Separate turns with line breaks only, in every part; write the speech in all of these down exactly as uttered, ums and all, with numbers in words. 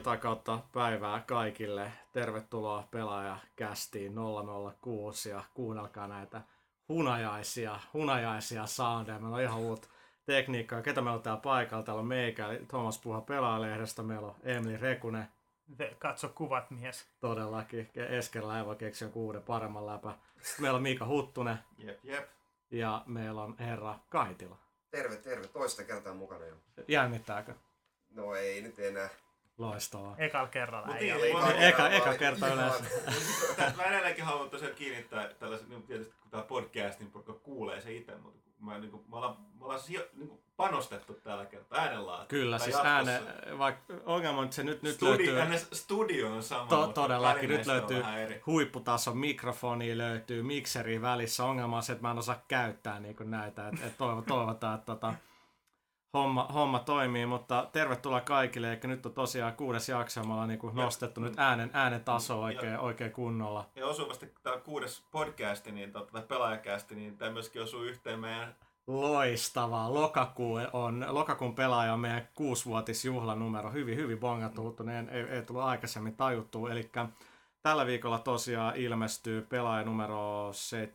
iltaa kautta päivää kaikille. Tervetuloa Pelaajakästiin nolla nolla kuusi ja kuunnelkaa näitä hunajaisia, hunajaisia soundeja. Meillä on ihan uutta tekniikkaa. Ketä meillä on täällä paikalla? Täällä on meikä, Thomas Puha Pelaajalehdestä. Meillä on Emeli Rekunen.
Katso kuvat, mies.
Todellakin. Eskerillä ei voi keksiä uuden paremman läpä. Meillä on Miika Huttunen.
Jep, jep.
Ja meillä on herra Kaitila.
Terve, terve. Toista kertaa mukana jo.
Jännittääkö?
No ei nyt enää.
Loistavaa.
Ekalla kerralla ei
Mut
ole.
niin,
Eka, eka kerta yleensä.
Mä edelleenkin haluan tosiaan kiinnittää tällaisen, niin tietysti kun tää podcastin porukka kuulee se itse, mutta mä, niin kuin, me ollaan, me ollaan sijo, niin kuin panostettu tällä kertaa äänenlaatuun.
Kyllä,
tai
siis
jatkossa.
ääne, vaikka ongelma on, että se nyt, nyt
Studi,
löytyy...
studio on sama,
To,
mutta
todellakin, nyt
välineistö on
löytyy
vähän eri.
huipputason mikrofoni, löytyy mikseri välissä. Ongelma on se, että mä en osaa käyttää niin kuin näitä. Et, et toiv- toivotaan, että tota, homma, homma toimii, mutta tervetuloa kaikille. Eikä nyt on tosiaan kuudes jakso ja me ollaan niin kuin nostettu nyt äänen, äänen taso oikein, oikein kunnolla.
Ja osuvasti tämä kuudes podcasti, niin, tai pelaajakästi, niin tämä myöskin osuu yhteen meidän...
Loistavaa. Lokakuu on, lokakuun pelaaja on meidän kuusivuotisjuhlanumero. Hyvin, hyvin bongattu, ei, ei tullut aikaisemmin tajuttua. Eli tällä viikolla tosiaan ilmestyy pelaaja numero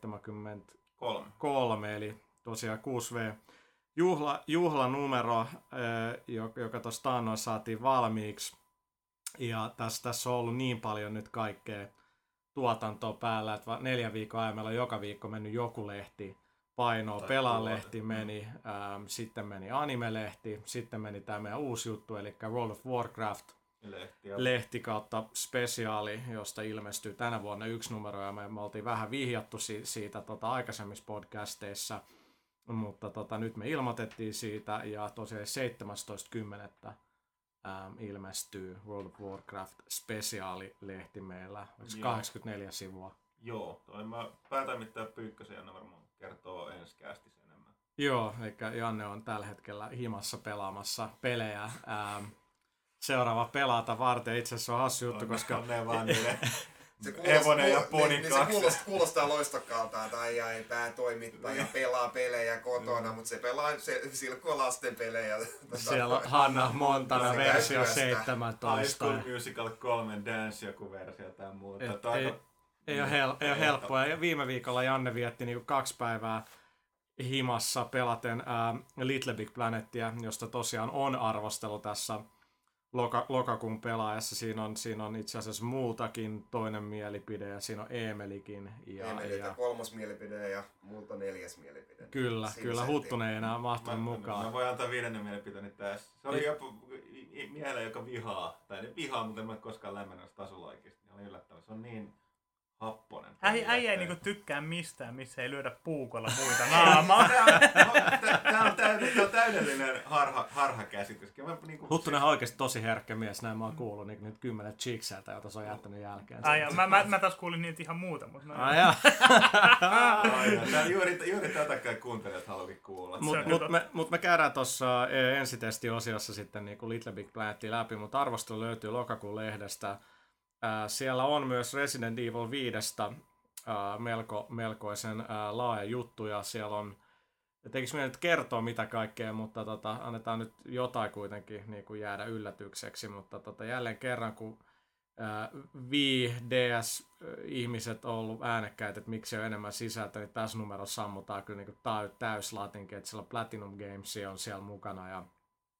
seitsemänkymmentäkolme, eli tosiaan kuusi vuotta juhla, juhlanumero, joka tuossa taannoin saatiin valmiiksi. Ja tässä, tässä on ollut niin paljon nyt kaikkea tuotantoa päällä, että neljän viikon ajan meillä on joka viikko mennyt joku lehti. Painoa, Pelaalehti meni, ähm, sitten meni Anime-lehti, sitten meni tämä meidän uusi juttu, eli World of Warcraft
Lehti,
lehti kautta spesiaali, josta ilmestyy tänä vuonna yksi numero, ja me, me oltiin vähän vihjattu si- siitä tota, aikaisemmissa podcasteissa, mutta tota, nyt me ilmoitettiin siitä, ja tosiaan seitsemästoista kymmenettä ähm, ilmestyy World of Warcraft spesiaali-lehti meillä, kahdeksankymmentäneljä sivua.
Joo, toi mä päätoimittaja Pyykkösen Janne varmaan kertoo ensi kästissä enemmän.
Joo, eli Janne on tällä hetkellä himassa pelaamassa pelejä. Ähm, seuraava pelata varten itse asiassa on hassu juttu,
on,
koska...
On ne vaan niille
Se
Evonen ja Poni
niin, niin se
kaksi.
kuulostaa, kuulostaa loistokkaalta, että ai ai, päätoimittaja pelaa pelejä kotona, mutta se pelaa se, silkkoa lasten pelejä.
Siellä on Hanna Montana
Se
versio
käytöstä.
High
seitsemäntoista.
School Musical kolme Dance joku versio tai muuta.
Et,
Toi
ei,
aika-
ei, ole hel- ei ole helppoa. Ja viime viikolla Janne vietti niinku kaksi päivää himassa pelaten ää, Little Big Planetia, josta tosiaan on arvostelu tässä loka- lokakuun pelaajassa. Siinä on, siinä on itse asiassa muutakin toinen mielipide ja siinä on Emelikin. Ja,
Emeliltä
ja...
kolmas mielipide ja multa neljäs mielipide.
Kyllä,
Siinä
kyllä
se
Huttunen ei enää mahtunut
Mä,
mukaan.
mä voin antaa viidennen mielipiteeni tässä. Se oli
Ei.
jopa mieleen, joka vihaa. Tai ne vihaa, mutta en mä koskaan lämmennä tasolla oikeesti. Oli yllättävää. Se on niin happonen.
Äijä ei, ei niinku tykkää mistään, missä ei lyödä puukolla muita naamaa.
Tämä on, täydellinen, on täydellinen harha, harhakäsitys. Mä, niinku,
Huttunen on oikeasti tosi herkkä mies, näin mä oon kuullut niin nyt kymmenen chikseltä, jota se on jättänyt jälkeen.
Ai, ja, mä, mä, mä taas kuulin niitä ihan muuta, mutta... No,
Ai jaa.
Aina. Juuri, juuri tätäkään kuuntelijat haluakin kuulla.
Mutta
Se-
mut me, mut me käydään tuossa ensitestiosiossa sitten niinku Little Big Planetia läpi, mutta arvostelu löytyy lokakuun lehdestä. Ää, siellä on myös Resident Evil viisi ää, melko, melkoisen ää, laaja juttu, ja siellä on, tekis meidän nyt kertoa mitä kaikkea, mutta tota, annetaan nyt jotain kuitenkin niin kuin jäädä yllätykseksi, mutta tota, jälleen kerran kun ää, Wii, D S-ihmiset on ollut äänekkäitä, että miksi on enemmän sisältöä, niin tässä numerossa sammutaan kyllä niin kuin täyslatinkin, että siellä Platinum Games on siellä mukana, ja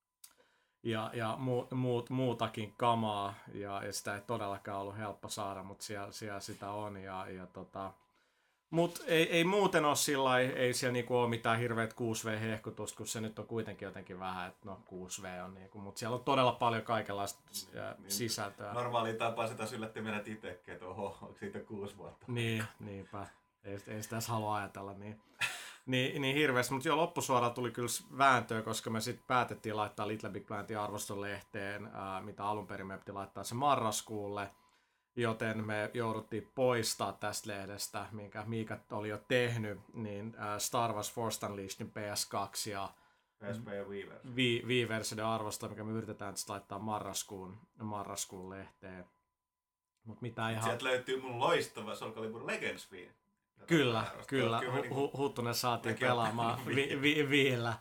ja, ja mu, muut, muutakin kamaa, ja, ja sitä ei todellakaan ollut helppo saada, mutta siellä, siellä sitä on. Ja, ja tota, mut ei, ei muuten ole sillä ei siellä niinku ole mitään hirveät kuusi V-hehkutusta, kun se nyt on kuitenkin jotenkin vähän, että no kuusi V on niinku, mutta siellä on todella paljon kaikenlaista ää, sisältöä.
Normaali tapa sitä yllätti meidät itsekin, että oho, onko siitä kuusi vuotta?
Niin, niinpä. Ei, ei sitä edes halua ajatella niin. Niin, niin hirveästi, mutta jo loppusuoraan tuli kyllä vääntöä, koska me sitten päätettiin laittaa Little Big Planetin arvostolehteen, ää, mitä alun perin me piti laittaa se marraskuulle, joten me jouduttiin poistaa tästä lehdestä, minkä Miika oli jo tehnyt, niin ää, Star Wars Force Unleashed P S kaksi ja
P S P ja Weavers.
Wii-versioiden arvosta, mikä me yritetään tästä laittaa marraskuun, marraskuun lehteen. Mut mitä ihan...
Sieltä löytyy mun loistava Soul Calibur Legends Wii.
Kyllä, kyllä.
Kyllä,
Hu- Huttunen saatiin
Mäkin
pelaamaan
oon-
vi- vi- viillä.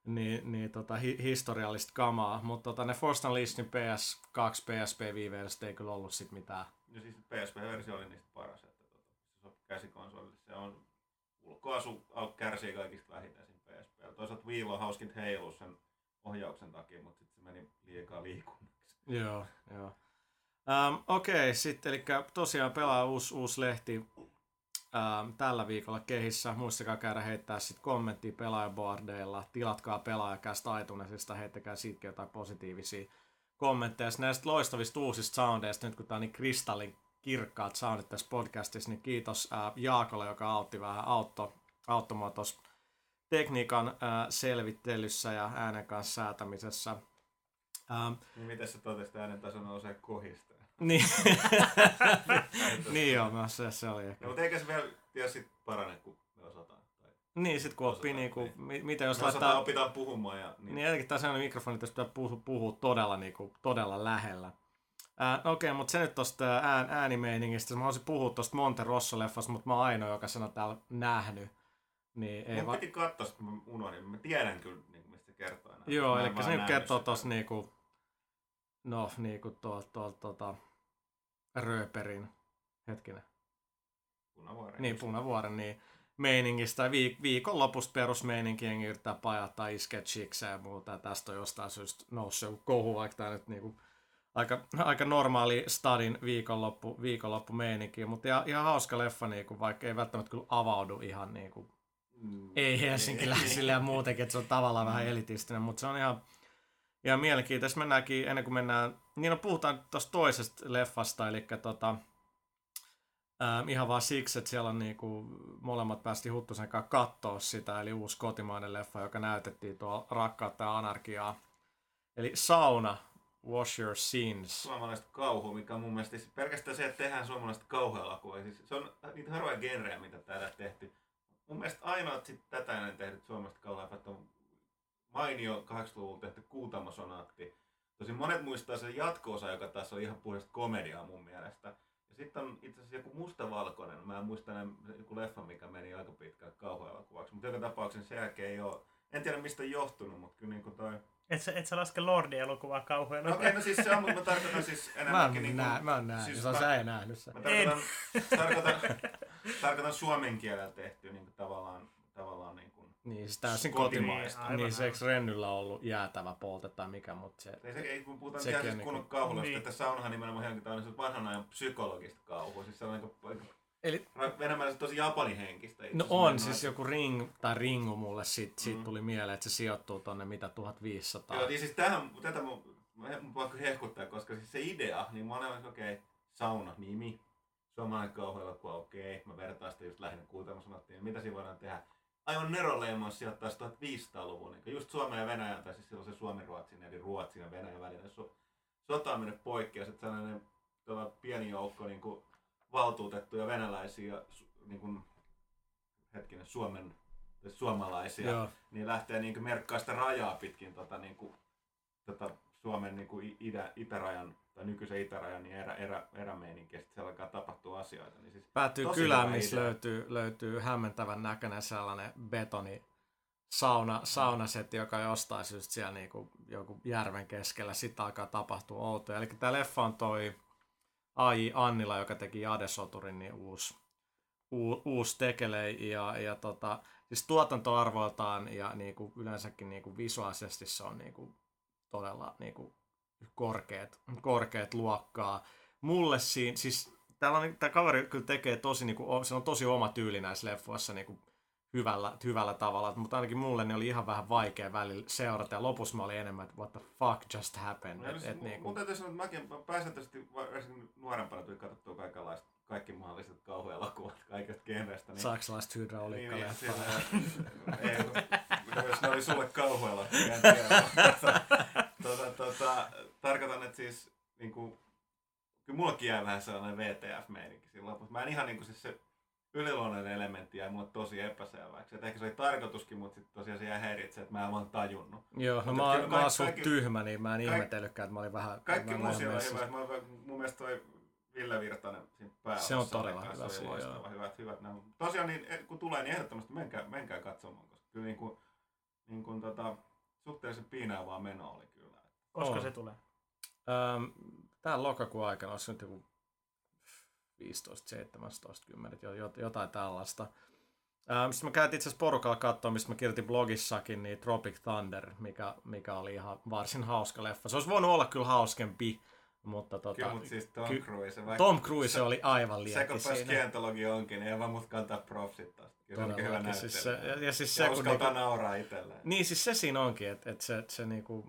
niin, niin tota, hi, historiallista kamaa. Mutta tota, ne Force Unleashedin P S kaksi P S P V-versiosta ei kyllä ollut sit mitään.
Ja siis P S P-versio oli niistä paras, että tota, se sopi käsikonsolille. Se on ulkoasu kärsii kaikista vähiten siinä P S P:llä. Toisaalta Wii on hauskin heilu sen ohjauksen takia, mutta sitten se meni liikaa liikunnaksi.
Joo, joo. Um, Okei, okay, sitten eli tosiaan pelaa uusi, uusi lehti um, tällä viikolla kehissä. Muistakaa käydä heittää sitten kommenttia pelaajaboardeilla. Tilatkaa pelaajakästä iTunesista, heittäkää siitäkin jotain positiivisia kommentteja. Näistä loistavista uusista soundeista, nyt kun tää on niin kristallin kirkkaat soundit tässä podcastissa, niin kiitos ää, Jaakolle, joka autti vähän autto, auttamaan tuossa tekniikan ää, selvittelyssä ja äänen kanssa säätämisessä. Ähm,
niin miten sä totesit, äänen taso nousee kohista?
niin, niin joo, no, se, se oli ehkä.
No, mutta eikä se vielä tiedä sit parane, kun me osataan. Tai
niin, sit kun oppii niinku, niin. mitä jos
me
laittaa...
osataan, opitaan puhumaan ja...
Niin, niin jotenkin tää on sellainen mikrofoni, että pitää puhua, puhua todella, niinku, todella lähellä. Ää, no okei, okay, mutta se nyt tosta ään, äänimeiningistä. Mä haluaisin puhua tosta Monte Rosso-leffasta, mutta mä oon ainoa, joka sen on täällä nähnyt. Niin, ei
Mun
va...
piti katsoa, kun mä unohdin. Mä tiedän kyllä, niin, mistä se kertoo enää.
Joo, eli se nyt kertoo tossa niinku... No, niinku tuolta tuol, tota... Rööperin... Hetkinen.
Punavuoren.
Niin, Punavuoren, niin meiningistä. Viik- viikonlopusta perusmeininki, jengi yrittää pajattaa, iskeä chiksää ja muuta. Ja tästä on jostain syystä noussut joku kohu, vaikka tää nyt niinku... Aika, aika normaali stadin viikonloppu, viikonloppumeininki, mutta ihan, ihan hauska leffa, niinku, vaikka ei välttämättä kyllä avaudu ihan niinku, mm, ei helsinkiläisille ja muutenkin, että se on tavallaan mm. vähän elitistinen, mutta se on ihan, ihan mielenkiintoista. Mennäänkin, ennen kuin mennään, niin no puhutaan tuosta toisesta leffasta, eli tota, ähm, ihan vaan siksi, että siellä on niinku, molemmat päästi Huttusen kanssa katsoa sitä, eli uusi kotimainen leffa, joka näytettiin tuolla Rakkautta ja anarkiaa, eli Sauna. Wash Your Sins.
Suomalaista kauhua, mikä on mun mielestä siis pelkästään se, että tehdään suomalaista kauhuelokuvaa. Siis se on niitä harvoja genrejä, mitä täällä tehty. Mun mielestä ainoat sit tätä ennen tehdyt suomalaista kauhueleffat on mainio kahdeksankymmentäluvulla tehty Kuutamo-sonaatti. Tosin monet muistaa sen jatko-osa, joka taas on ihan puhdasta komediaa mun mielestä. Ja sitten on itse asiassa joku mustavalkoinen. Mä en muista enää joku leffa, mikä meni aika pitkään kauhuelokuvaksi. Mutta joka tapauksessa sen jälkeen ei ole. En tiedä mistä on johtunut, mutta kyllä niinku toi...
Et sä, et sä laske Lordin elokuvaa kauhean.
Okei, okay, no siis se on, mutta mä tarkoitan siis enemmänkin
mä,
niinku...
nää, mä oon nähnyt,
siis
se on sä ei nähnyt sen.
Mä tarkoitan, tarkoitan, tarkoitan suomen kielellä tehty niinku tavallaan, tavallaan niinku...
Niin, siis täysin
kotimaista.
kotimaista. Niin, se eikö Rennyllä ollut jäätävä polte tai mikä, mutta se...
Ei, se, ei kun puhutaan ihan siis kunnon kauhusta, niin. Että saunahan nimenomaan hankitaan on vanhan ajan psykologista kauhua. Siis se on aika... Eli enemmän se tosi japanihenkistä.
No on, siis aika... joku Ring tai Ringu mulle siitä, siitä mm. tuli mieleen, että se sijoittuu tonne mitä tuhatviisisataa.
Joo, niin siis tähän, tätä mun, mun pakko hehkuttaa, koska siis se idea, niin mä olen okei, okay, sauna, nimi, suomalainen kauhuelokuva, okei, okay, mä vertaan sitä just lähinnä Kuutamo sanottiin, mitä siinä voidaan tehdä. Aivan neroleimaus sijoittaa tuhatviisisataaluvun, niin just Suomen ja Venäjän, tai siis silloin se Suomi-Ruotsin, eli Ruotsin ja Venäjän välinen so, sota on mennyt poikki, ja sitten sellainen pieni joukko, niin kuin, valtuutettuja venäläisiä, niin kuin, hetkinen, Suomen, suomalaisia, Joo. niin lähtee niin kuin merkkaa sitä rajaa pitkin tota, niin kuin, tota, Suomen niin kuin itä, itärajan tai nykyisen itärajan niin erä, erä, erämeininkiä, sitten siellä alkaa tapahtua asioita. Niin siis
päätyy kylään, missä löytyy, löytyy hämmentävän näköinen sellainen betoni sauna, saunasetti, joka jostain syystä siellä niin kuin joku järven keskellä, sitten alkaa tapahtua outoja. Eli tämä leffa on toi A J Annila, joka teki Jadesoturin, niin uusi, uu, uusi tekele ja, ja tota, siis tuotantoarvoiltaan ja niinku yleensäkin niinku visuaalisesti se on niinku todella niinku korkeat, korkeat luokkaa. Mulle siinä, siis täällä on, tää kaveri kyllä tekee tosi, niinku, se on tosi oma tyyli näissä leffoissa niinku hyvällä, hyvällä tavalla, mutta ainakin mulle ne oli ihan vähän vaikea välillä seurata ja lopussa mä olin enemmän, että what the fuck just happened.
No,
et,
siis,
et,
mun,
niinku...
mun täytyy sanoa, että mäkin pääsääntöisesti nuorempana tuli katsottua kaikenlaista, kaikki mahdolliset kauhuelokuvat kaikesta genrestä. Niin,
saksalaiset hydrauliikkaleffa.
Niin, ei, jos ne oli sulle kauhuelokuvat, en tiedä. tota, tota, tarkoitan, että siis niinku, kyllä mullakin jää vähän sellainen V T F-meininki siinä lopussa. Mä en ihan niinku siis se yliluonnollinen elementti jäi mulle tosi epäselväksi. Et ehkä se oli tarkoituskin, mutta sitten tosiaan se jäi häiritse, että mä en vaan tajunnut.
Joo, no
mutta
mä, mä, mä oon suht tyhmä, niin mä en
kaik,
ihmetellytkään, että mä olin vähän...
Kaikki muu siellä on hyvä. Mä, mun mielestä toi Ville Virtanen siinä pääosassa.
Se on todella hyvä.
Se oli loistava. Hyvät, hyvät nämä. Tosiaan niin, kun tulee, niin ehdottomasti menkää, menkää katsomaan, koska kyllä niin kuin, niin kuin tota, suhteellisen piinaavaa menoa oli kyllä.
Koska
On.
se tulee?
Ähm, Tää lokakuun aikana olisi nyt joku viisitoista, seitsemäntoista, kymmenen, jotain tällaista. Ähm, sitten mä käytin itse asiassa porukalla katsoa, mistä mä kirjoitin blogissakin, niin Tropic Thunder, mikä, mikä oli ihan varsin hauska leffa. Se olisi voinut olla kyllä hauskempi, mutta tota...
Kyllä, mutta siis Tom
ky-
Cruise. vaikka
Tom Cruise se, oli aivan lietti
siinä.
siinä.
Se, kun skientologi onkin, niin ei vaan mut kantaa propsit taas. Kyllä se onkin hyvä
Todellakin, siis se,
näyttelijä.
ja, ja siis
Ja
se, kun
uskaltaa
niinku,
nauraa itselleen.
niin siis se siinä onkin, että et se, se niinku,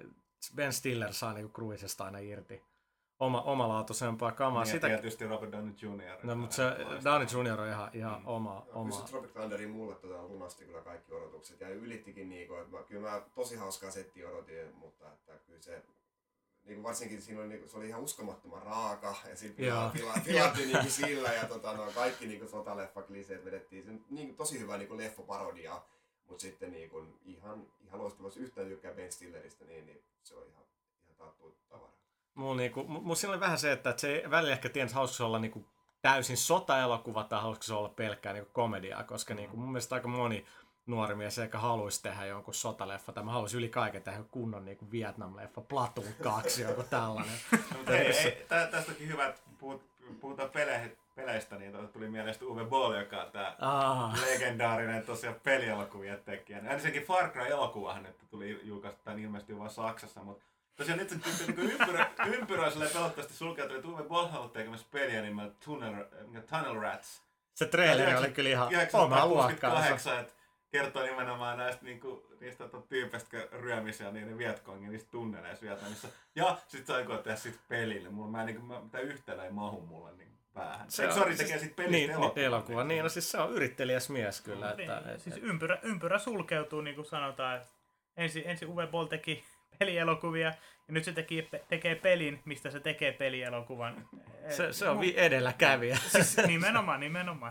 Ben Stiller saa niinku Cruisesta aina irti oma, omalaatuisempaa kamaa.
Niin,
Sitä,
tietysti Robert Downey juniori
no, mutta se Downey juniori on ihan, ihan mm. oma,
No,
oma.
kyllä se Tropic Thunderin mulle tota lunasti kyllä kaikki odotukset ja ylittikin niinku, että mä, kyllä mä tosi hauskaa settiä odotin, mutta että kyllä se niinku varsinkin siinä oli, niinku, se oli ihan uskomattoman raaka ja sitten pila, pila, pilatti niinku sillä ja tota, no, kaikki niinku sotaleffa-kliseet vedettiin. Se niinku, tosi hyvä niinku leffoparodia, mutta sitten niinku, ihan, ihan loistavassa yhtään tykkää Ben Stilleristä, niin, niin se on ihan, ihan taattu tavara.
Mulla niinku, mu, siinä oli vähän se, että, että se ei välillä ehkä tiedä, haluaisiko se olla niinku täysin sota-elokuva tai haluaisiko se olla pelkkää niinku komediaa, koska niinku, mun mielestä aika moni nuori mies eikä haluaisi tehdä jonkun sotaleffa, tai mä haluaisin yli kaiken tehdä kunnon niinku Vietnam-leffa, Platoon kaksi, joku tällainen.
Mutta hei, hei, tä, tästäkin hyvä, että puhut, puhutaan pele, peleistä, niin tuli mielestä Uwe Boll, joka on tää
Ah.
legendaarinen tosiaan pelielokuvien tekijä. Ensinnäkin Far Cry-elokuvahan nyt tuli julkaista, tai ilmeisesti vain Saksassa, mutta tosiaan nyt se niin ympyrä, ympyrä silleen pelottavasti sulkeutui, että Uwe Boll on tekemässä peliä nimeltä Tunnel, Tunnel Rats.
Se traileri oli kyllä ihan omaa luokkaansa.
Että kertoo nimenomaan näistä niinku, niistä tota, tyypeistä, jotka ryömisiä niiden Vietkongin niistä tunneleissa Vietnamissa. Ja sit se aikoo tehdä sit pelille. Mulla mä en niinku, mitä yhtälö ei mahu mulle niin päähän.
Se
Eikö
on-
sori
siis-
tekee sit pelistä
Niin,
elokuvan?
niin, elokuva. Niin, no siis se on yrittelijäs mies kyllä. Että,
Niin,
et,
siis
et,
ympyrä, ympyrä sulkeutuu, niin kuin sanotaan. Että ensin, ensin Uwe Boll teki pelielokuvia, ja nyt se teki, tekee pelin, mistä se tekee pelielokuvan.
se, se on vi- edelläkävijä.
Siis nimenomaan, nimenomaan.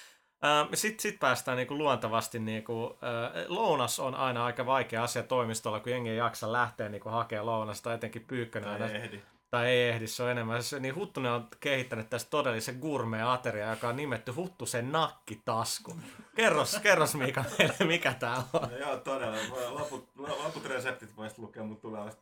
Sitten sit päästään niinku luontevasti, niinku, äh, lounas on aina aika vaikea asia toimistolla, kun jengi ei jaksa lähteä niinku hakemaan lounasta, etenkin Pyykkönen
Tai
aina,
ei ehdi.
tai ei ehdi, se on enemmän. Se, niin Huttunen on kehittänyt tästä todellisen gourmet-ateria, joka on nimetty Huttusen nakkitasku. Kerros, kerros Miika meille, mikä tää on.
No joo, todella. Loput, loput reseptit voisit lukea mut tulevasta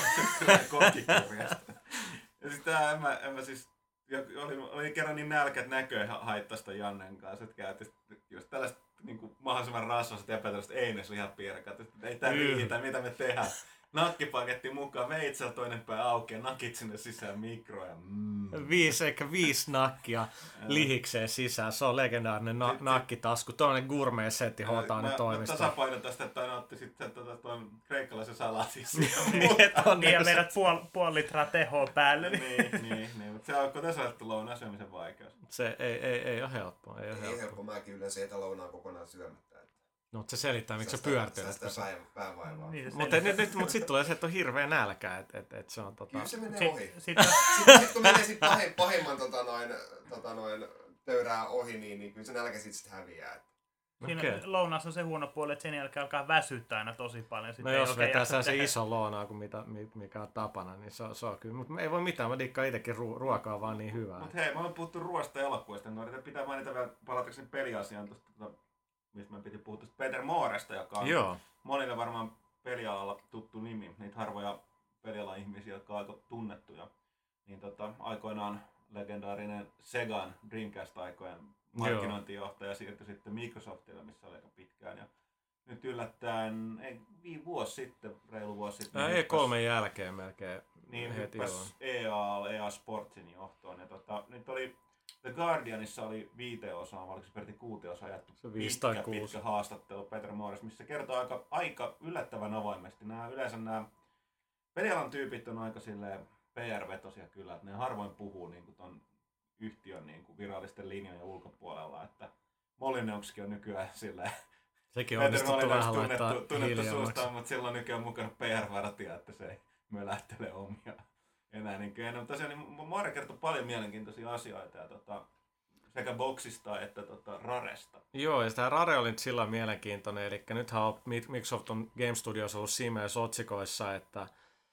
kokkikirjasta. Ja sit tää, en mä, en mä siis, oli, oli kerran niin nälkä, että näköä haittaista Jannen kanssa, että käytiin just tällaiset niin mahdollisimman rasvaset epätällaiset eineslihapiirakat, että ei tää riitä, mitä me tehdään. Nakkipaketti mukaan, veitsellä toinen pää auki ja nakit sinne sisään mikroon ja mm.
Viisi, eikä viisi nakkia lihikseen sisään. Se on legendaarinen na- nakkitasku. Toinen gourmet-setti hoitaa ne toimistoon.
Tasapainotan sitä, että aina otti sitten tuon tuon kreikkalaisen salaatin
Niin, että on
Ja
niinku se-
meidät puoli, puoli litraa tehoa päälle. Niin.
niin, niin, niin, mutta se on kuten sanottu lounaan syömisen vaikeus.
Se ei, ei, ei ole helppoa. Ei ole
Ei
helppoa.
helppo, mäkin yleensä etälounaan kokonaan syömättä. Että
No, mutta se selittää, miksi se
säästää-
pyörtyy.
säästää pää, päävaivaa.
Niin, se
Mutta nyt, nyt, mut sitten tulee se, että on hirveä nälkä. Et, et, et se on, tota...
Kyllä se menee
Sit,
ohi.
sit,
Sitten sit, kun menee sit pahim, pahimman tota noin, tota noin, töyrää ohi, niin, niin kyllä se nälkä sit, sit häviää. Että
siinä
Okei.
lounaassa on se huono puoli, että sen jälkeen alkaa väsyttää aina tosi paljon. Sit
No
ei
jos
oikein
vetää
jaksa
se
tehdä.
iso lounaa kuin mitä, mi- mikä on tapana, niin se, on- se on kyllä. Mutta ei voi mitään, mä dikkaan itsekin ru- ruokaa vaan niin hyvää.
Mutta hei, me ollaan puhuttu ruoasta ja elokuvista, niin yritän pitää mainita vielä palatakseni peliasiaan tuosta, tota, mistä me piti puhua tuosta Peter Mooresta, joka on
Joo.
monille varmaan pelialalla tuttu nimi, niitä harvoja pelialan ihmisiä, jotka on aika tunnettuja. Niin tota, aikoinaan legendaarinen Segan Dreamcast-aikojen markkinointijohtaja siirtyi sitten Microsoftille, missä oli aika pitkään. Ja nyt yllättäen, ei, viime vuosi sitten, reilu vuosi sitten.
Ää,
niin
E
hyppäsi-
kolme jälkeen melkein
niin
heti joo.
hyppäsi E A, E A Sportsin johtoon. Ja tota, nyt oli The Guardianissa oli viiteosaa, vai oliko se peräti kuuteosaa jaettu
Se viisi tai
pitkä,
kuusi.
pitkä haastattelu Peter Moores, missä kertoo aika, aika yllättävän avoimesti. Nämä, yleensä nämä pelialan tyypit on aika silleen P R-vetosia kyllä, että ne harvoin puhuu niin kuin ton yhtiön niin kuin virallisten linjojen ulkopuolella, että Molineuxkin on nykyään silleen
Sekin on
Peter
onnistuttu
Molineux
vähän laittaa
tunnettu, tunnettu
hiljemmaksi.
suustaan, mutta silloin nykyään mukana P R-vartija, että se ei mölähtele omia enää. Niin kyllä, no, tosiaan niin Moore kertoi paljon mielenkiintoisia asioita ja tota, sekä boksista että tota, Raresta.
Joo, ja tämä Rare oli nyt sillä mielenkiintoinen, eli nythän on Microsoft on Game Studios ollut Simeys otsikoissa, että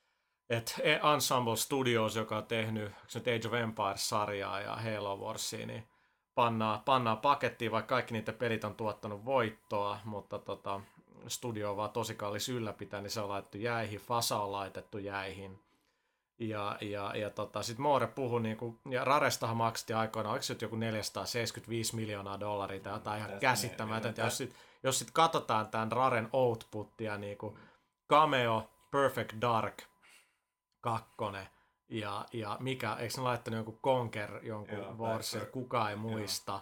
et Ensemble Studios, joka on tehnyt nyt Age of Empires-sarjaa ja Halo Warsia, niin pannaan, pannaan pakettiin, vaikka kaikki niiden pelit on tuottanut voittoa, mutta tota, studio on vaan tosi kallis ylläpitää, niin se on laitettu jäihin, Fasa on laitettu jäihin. Ja, ja, ja tota, sitten Moore puhui, niinku, ja Rarestahan maksettiin aikoina, oliko se joku neljäsataaseitsemänkymmentäviisi miljoonaa dollaria tai jotain ihan käsittämätöntä. Jos sitten jos sit katsotaan tämän Raren outputtia, niinku Cameo, Perfect Dark, kakkonen, ja, ja mikä, eikö ne laittanut jonkun Conquer, jonkun Warser, kukaan ei muista.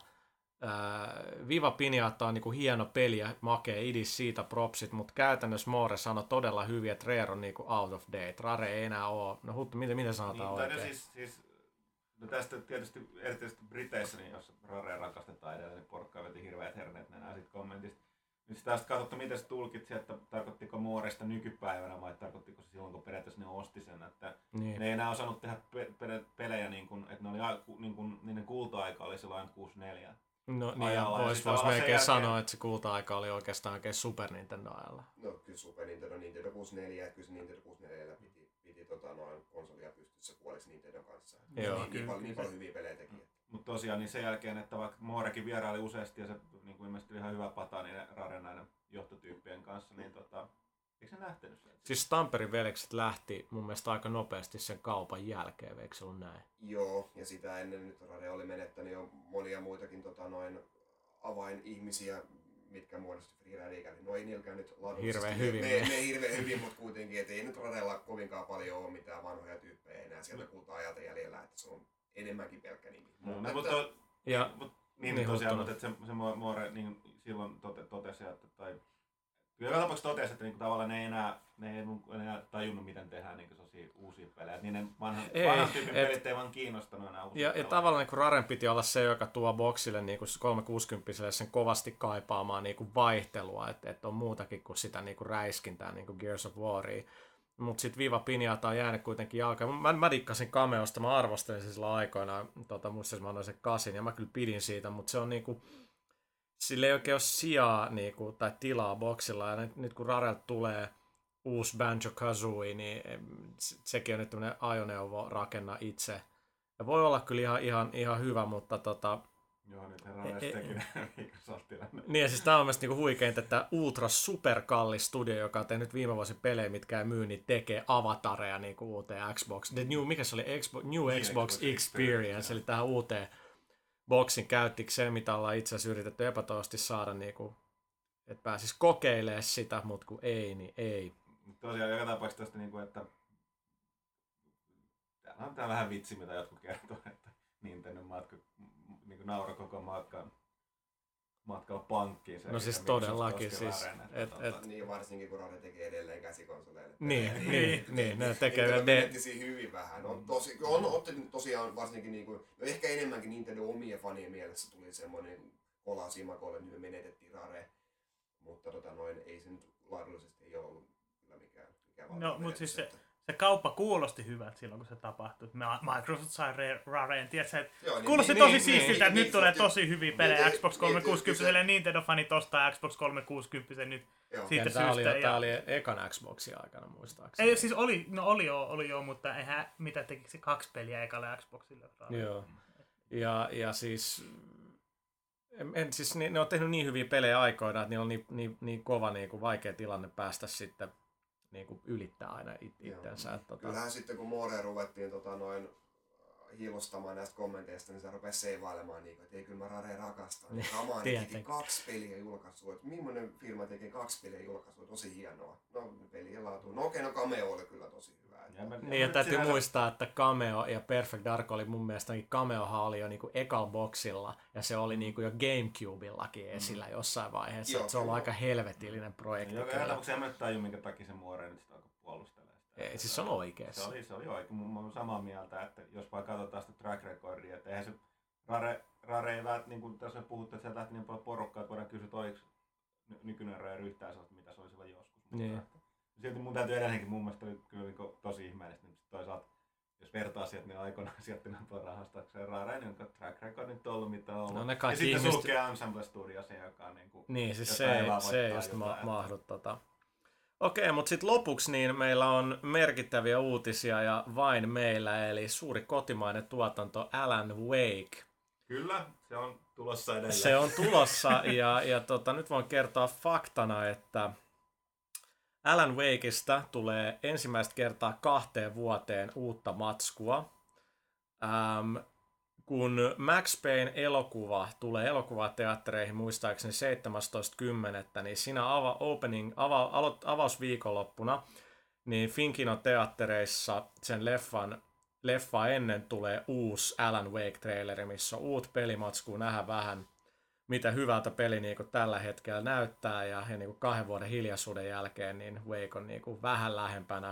Äh, Viva Pinata on niinku hieno peli ja makea idis siitä propsit, mutta käytännössä Moore sanoi todella hyvin, että Rare on niinku out of date. Rare ei enää ole. No Huttu, miten, miten sanotaan
niin,
oikein?
Siis, siis, no tästä tietysti erityisesti Briteissä, niin jos Rare rakastetaan edelleen, niin porukka veti hirveät herneet nenää siitä kommentista. Nyt sitä sitten katsottu, miten se tulkitsi, että tarkoittiko Mooresta nykypäivänä vai tarkoittiko se silloin, kun periaatteessa ne osti sen. Että niin. Ne ei enää osannut tehdä pe- pe- pelejä, niin kuin, että ne oli, niin kuin, niiden kulta-aika oli silloin kuusikymmentäneljä.
No niin, ja vois, vois melkein jälkeen sanoa, että se kulta-aika oli oikeastaan oikein Super Nintendo-ajalla.
No kyllä Super Nintendo, Nintendo kuusikymmentäneljä, että kyllä se Nintendo kuusikymmentäneljä piti, piti tota, noin konsolia pystyssä puoliksi Nintendon kanssa.
Joo,
niin,
kyllä,
niin, paljon, niin paljon hyviä pelejä teki.
Mutta tosiaan niin sen jälkeen, että vaikka Moorekin vieraili useasti ja se niin kuin ilmeisesti ihan hyvä pata niin Raren näiden johtotyyppien kanssa, niin tota, eikö se lähtenyt sieltä?
Siis Stamperin veljekset lähti mun mielestä aika nopeasti sen kaupan jälkeen, eikö se ollut näin?
Joo, ja sitä ennen nyt Rare oli menettänyt jo monia muitakin tota, noin avainihmisiä, mitkä muodosti Free Radical. No ei niilläkään nyt laadullisesti.
Hirveän hyvin.
Me, me hirveän hyvin, mutta kuitenkin, et ei nyt Rarella kovinkaan paljon ole mitään vanhoja tyyppejä enää sieltä kulta-ajalta jäljellä, että se on enemmänkin pelkkä nimi.
No,
mutta,
no, mutta,
ja,
mut, niin, niin tosiaan, mutta se, se Moore niin silloin tote, totesi, että tai kyllä joka tapauksessa totesi, että niinku tavallaan ne ei enää, ne ei enää tajunnut, miten tehdään niinku uusia pelejä. Että niiden vanhan, vanhan tyypin et, pelit ei vaan kiinnostanut enää uusia
ja, ja tavallaan niin Raren piti olla se, joka tuo boksille niin kolmesataakuusikymmentä sen kovasti kaipaamaan niin vaihtelua, että et on muutakin kuin sitä niin räiskintää, niin kuin Gears of Waria. Mutta sitten Viva Pinata on jäänyt kuitenkin jalkaan. Mä, mä dikkasin Cameosta, mä arvostelin sen sillä aikoinaan, tota, muistin, mä annoin sen kasin ja mä kyllä pidin siitä, mutta se on niinku, sillä ei oikein ole sijaa niinku, tai tilaa boksilla, ja nyt, nyt kun Rarelta tulee uusi Banjo-Kazooie, niin sekin on nyt tämmönen ajoneuvo rakenna itse. Ja voi olla kyllä ihan, ihan, ihan hyvä, mutta tota...
Joo, nyt herran edes teki Microsoftilla.
Niin, ja siis tää on mielestäni niinku huikeinta, että ultra superkallis studio, joka on tehnyt viime vuosin pelejä, mitkä ei myy, niin tekee avatareja niinku uuteen Xbox. The new, mikä se oli? Xbox, New Xbox, Xbox Experience, Experience eli tähän uuteen boxin käyttikö se, mitä ollaan itse asiassa yritetty epätoivosti saada, niinku, että pääsis kokeilemaan sitä, mutta kun ei, niin ei.
Tosiaan joka tapauksessa tästä, niinku, että täällä on tää vähän vitsi, mitä jotkut kertoo, että Nintendo matka niin naura koko matkan matkalla pankkiin. Se,
no siis todellakin. Siis,
Raren,
et,
tota,
et,
niin varsinkin kun Rare tekee edelleen käsikonsoleille.
Niin, niin, niin, niin, ne tekee
Nintendo
ne...
menetti hyvin vähän. On, tosi, on, on tosiaan varsinkin, niin kuin, no ehkä enemmänkin Nintendo omien fanien mielessä tuli semmoinen kola simakolle, niin me menetettiin Rare. Mutta tota, noin, ei se nyt laadullisesti ei ole ollut kyllä mikään, mikään
no, mutta siis se, se kauppa kuulosti hyvältä silloin, kun se tapahtui. Microsoft sai Rareen, tiedätkö, että
joo, niin,
kuulosti
niin,
tosi
niin,
siistiltä,
niin,
että
niin,
nyt tulee
niin,
tosi hyviä pelejä
niin,
Xbox
niin,
kolmesataakuusikymmentä, niin, Nintendo-fanit ostaa Xbox kolmesataakuusikymmentä nyt
joo.
siitä
Tämä oli,
syystä.
tämä
Ja...
oli ekan Xboxin aikana muistaakseni.
Ei, siis oli, no oli joo, oli joo, mutta eihän mitä tekisi se kaksi peliä ekalle Xboxille.
Joo. Ja, ja siis, en, en, siis ne, ne on tehnyt niin hyviä pelejä aikoina, että niillä on niin, niin, niin kova niin kuin vaikea tilanne päästä sitten niin kuin ylittää aina it, itsensä. Että, tota...
Kyllähän sitten kun Moore ruvettiin tota, noin hiilostamaan näistä kommenteista, niin se rupesi seivailemaan niin, että ei kyllä mä Rare rakastan. Niin, Kamaan teki kaksi peliä julkaisua, että millainen firma tekee kaksi peliä julkaisua, tosi hienoa. No pelien laatu. No okei, no Cameo oli kyllä tosi hyvä.
Ja mä,
niin ja täytyy sinänsä... muistaa, että Cameo ja Perfect Dark oli mun mielestä, Cameohan oli jo niinku ekal boxilla ja se oli niinku jo Gamecubellakin esillä mm. jossain vaiheessa. Joo, se on ollut aika helvetillinen projekti.
Joo, joka tapauksessa en taju, minkä takia se Moore nyt sitä alkoi puolustella.
Ei, siis se on oikeassa.
Se oli, se oli oikein. Mä olen samaa mieltä, että jos vaan katsotaan sitä track recordia, että eihän se Rare, Rare ei väät, niin kuin tässä puhuttu, että sieltä lähti niin paljon porukkaa, että voidaan kysyä, että oliko nykyinen Rare yhtään sellaista, mitä se oli silloin joskus.
Niin.
Silti mun täytyy edelleenkin, mun mielestä oli kyllä niin tosi ihmeellistä, niin toisaalta jos vertaa sieltä, niin aikoinaan sijoittanut tuon rahastakseen Rare, niin on track record nyt ollut mitä on ollut.
No,
ja sitten
ihmiset...
sulkee Ensemble Studio se, joka on niin kuin,
niin, siis se ei, se ei just ma- mahdu tota. Okei, mutta sitten lopuksi niin meillä on merkittäviä uutisia ja vain meillä, eli suuri kotimainen tuotanto Alan Wake.
Kyllä, se on tulossa edelleen.
Se on tulossa ja, ja tota, nyt voin kertoa faktana, että Alan Wakeista tulee ensimmäistä kertaa kahteen vuoteen uutta matskua. Ähm, kun Max Payne elokuva tulee elokuvateattereihin muistaakseni seitsemästoista kymmenettä, niin siinä ava, opening, ava, alo, avausviikonloppuna niin Finkino-teattereissa sen leffan, leffa ennen tulee uusi Alan Wake-traileri, missä on uut pelimatskua, nähdään vähän, mitä hyvältä peli niin kuin tällä hetkellä näyttää, ja, ja niin kuin kahden vuoden hiljaisuuden jälkeen niin Wake on niin kuin vähän lähempänä,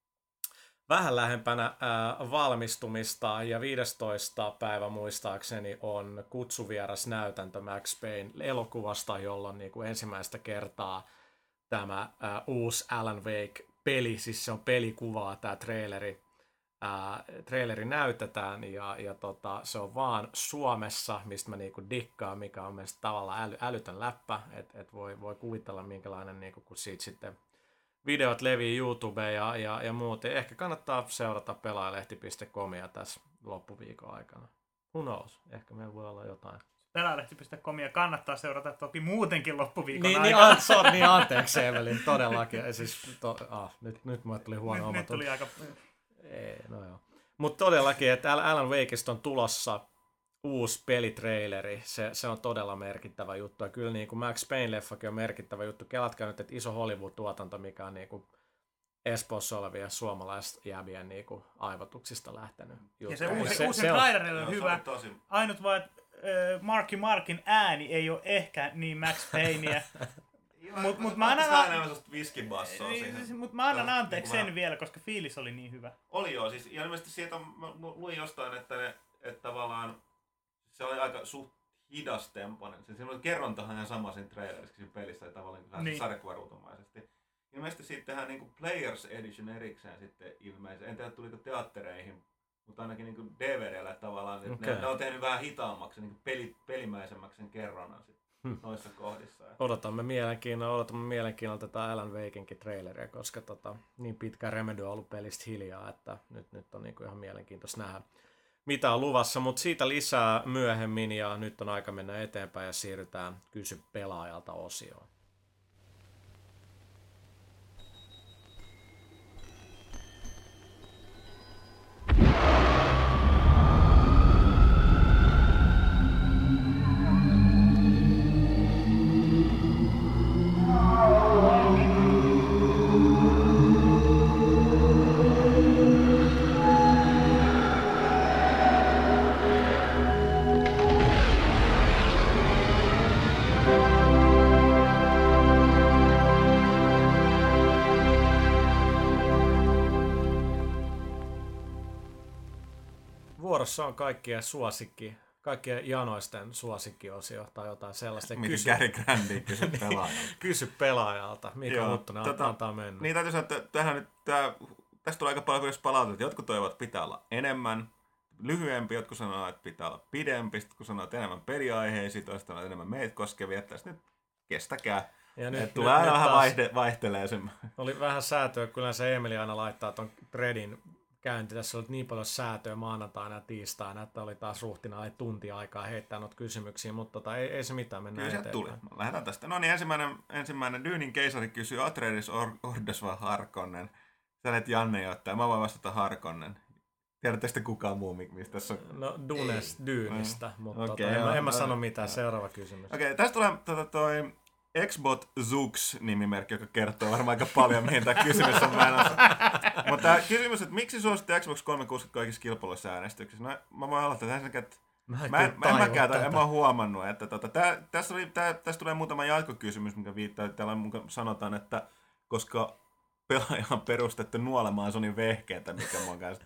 vähän lähempänä ää, valmistumista, ja viidestoista päivä muistaakseni on kutsuvieras näytäntö Max Payne elokuvasta, jolloin niin kuin ensimmäistä kertaa tämä ää, uusi Alan Wake-peli, siis se on pelikuvaa tämä traileri, ää, traileri näytetään, ja, ja tota, se on vaan Suomessa, mistä mä niinku dikkaan, mikä on mielestäni tavallaan äly, älytön läppä, että et voi, voi kuvitella minkälainen, niinku, kun siitä sitten videot levii YouTubeen ja, ja, ja muuten. Ehkä kannattaa seurata pelaajalehti piste comia tässä loppuviikon aikana. Who knows? Ehkä meillä voi olla jotain.
pelaajalehti piste comia kannattaa seurata toki muutenkin loppuviikon
niin,
aikana.
Niin, sorry, niin anteeksi Evelin, todellakin. Siis, to, ah, nyt, nyt mulle tuli huono
nyt,
oma.
nyt tuli aika...
Ei, no joo. Mutta todellakin, että Alan Wakeista on tulossa uusi pelitraileri. Se, se on todella merkittävä juttu. Ja kyllä niin kuin Max Payne-leffakin on merkittävä juttu. Kelatkaa nyt, että iso Hollywood-tuotanto, mikä on niin kuin Espoossa olevia suomalaisjäbien niin kuin aivotuksista lähtenyt.
Ja se
juttu.
uusi,
se,
uusi
se
traileri on
on
hyvä.
tosi...
Ainut vaan, että äh, Marky Markin ääni ei ole ehkä niin Max Payneä. Mut, mut mä annan,
an... viskibassoa
niin,
siihen.
mut mä annan
Tämä,
anteeksi
niin
sen mä... vielä, koska fiilis oli niin hyvä.
Oli joo, siis ja ilmeisesti sieltä mä luin jostain, että, ne, että tavallaan se oli aika suht hidastempoinen. Siinä oli kerrontahan ihan sama siinä trailerissa siinä pelissä, tai tavallaan vähän niin. sarjakuvaruutumaisesti. Ilmeisesti siitä tehdään niin kuin Players Edition erikseen sitten ilmeisesti. En tiedä tuliko teattereihin, mutta ainakin niin kuin D V D:llä tavallaan, että okay. ne, ne on tehnyt vähän hitaammaksi, niin kuin peli, pelimäisemmäksi sen kerronnan sitten. Hmm. Noissa kohdissa.
Odotamme mielenkiinnolla, odotamme mielenkiinnolla tätä Alan Wakenkin traileria, koska tota, niin pitkään Remedy on ollut pelistä hiljaa, että nyt, nyt on niinku ihan mielenkiintoista nähdä, mitä on luvassa, mutta siitä lisää myöhemmin, ja nyt on aika mennä eteenpäin ja siirrytään Kysy pelaajalta -osioon. Vuorossa on kaikkien suosikki, kaikkien janoisten suosikkiosio tai jotain sellaista.
Miten
Kysy...
Gary Grandy kysy pelaajalta.
Kysy pelaajalta. Mikä Huttunen tota, antaa mennä.
Niin täytyy sanoa, että tähän nyt, tää, tästä tulee aika paljon myös palautetta. Jotkut toivovat, että pitää olla enemmän, lyhyempi. Jotkut sanoo, että pitää olla pidempi. Sitten kun sanoo, että enemmän peliaiheisia, toista sanoo, että enemmän meitä koskevia. Tässä nyt kestäkää. Ja nyt, tulee aina vähän vaihde, vaihtelee sen.
Oli vähän säätöä. Kyllä se Emeli aina laittaa ton Threadin käynti. Tässä oli niin paljon säätöä maanantaina ja tiistaina, että oli taas ruhtina ei tunti aikaa heittää noita kysymyksiä, mutta tota, ei, ei se mitään, mennään
eteenpäin. Kyllä se tuli. Lähdetään tästä. No niin, ensimmäinen, ensimmäinen Dyynin keisari kysyy Atreides, Ordes vai Harkonnen? Sä et Janne jotain, mä voin vastata Harkonnen. Tiedättekö te kukaan muu, mistä tässä on?
No Dunes, Dyynistä, mutta
okay,
tota, en,
joo,
en mä
joo,
sano mitään.
joo.
Seuraava kysymys.
Okei, okay, tästä tulee tota, toi Xbot Zux-nimimerkki, joka kertoo varmaan aika paljon, mihin tämä kysymys on menossa. Mutta tämä kysymys, että miksi suositte Xbox kolmesataakuusikymmentä kaikissa kilpailuissa äänestyksissä? No, mä voin aloittaa ensinnäkin, että mä en, mä en, mä en mäkään, en mä huomannut, että tota, tää, tässä, oli, tää, tässä tulee muutama jatkokysymys, mikä viittaa, täällä sanotaan, että koska pelaaja on perustettu nuolemaan Sonin vehkeitä, mikä mun kanssa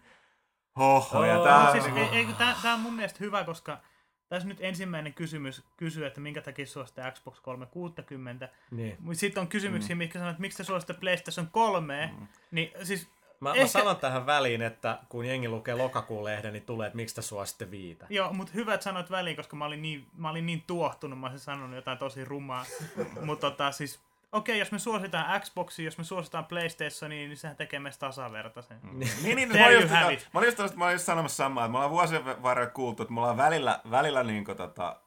hoho.
Oh,
ja tää,
no, siis,
niin,
ei, ei, tää, tää on mun mielestä hyvä, koska tässä nyt ensimmäinen kysymys kysyy, että minkä takia suositte Xbox kolmesataakuusikymmentä. Niin. Sitten on kysymyksiä, mm. mitkä sanoo, että miksi te suositte PlayStation kolme. Mm. Niin, siis,
mä,
ehkä...
mä sanon tähän väliin, että kun jengi lukee lokakuun lehden, niin tulee, että miksi te suositte viitä.
Joo, mutta hyvä, että sanoit väliin, koska mä olin niin, mä olin niin tuohtunut, mä olisin sanonut jotain tosi rumaa. Mutta tota, siis, okei, okay, jos me suositaan Xboxia, jos me suositaan PlayStationia, niin sehän tekee meistä tasavertaisen.
Mm. niin, niin, mä olin just, mä olin just, mä olin just sanomassa samaa, että me ollaan vuosien varrella kuultu, että me ollaan välillä, välillä niin kuin, tota,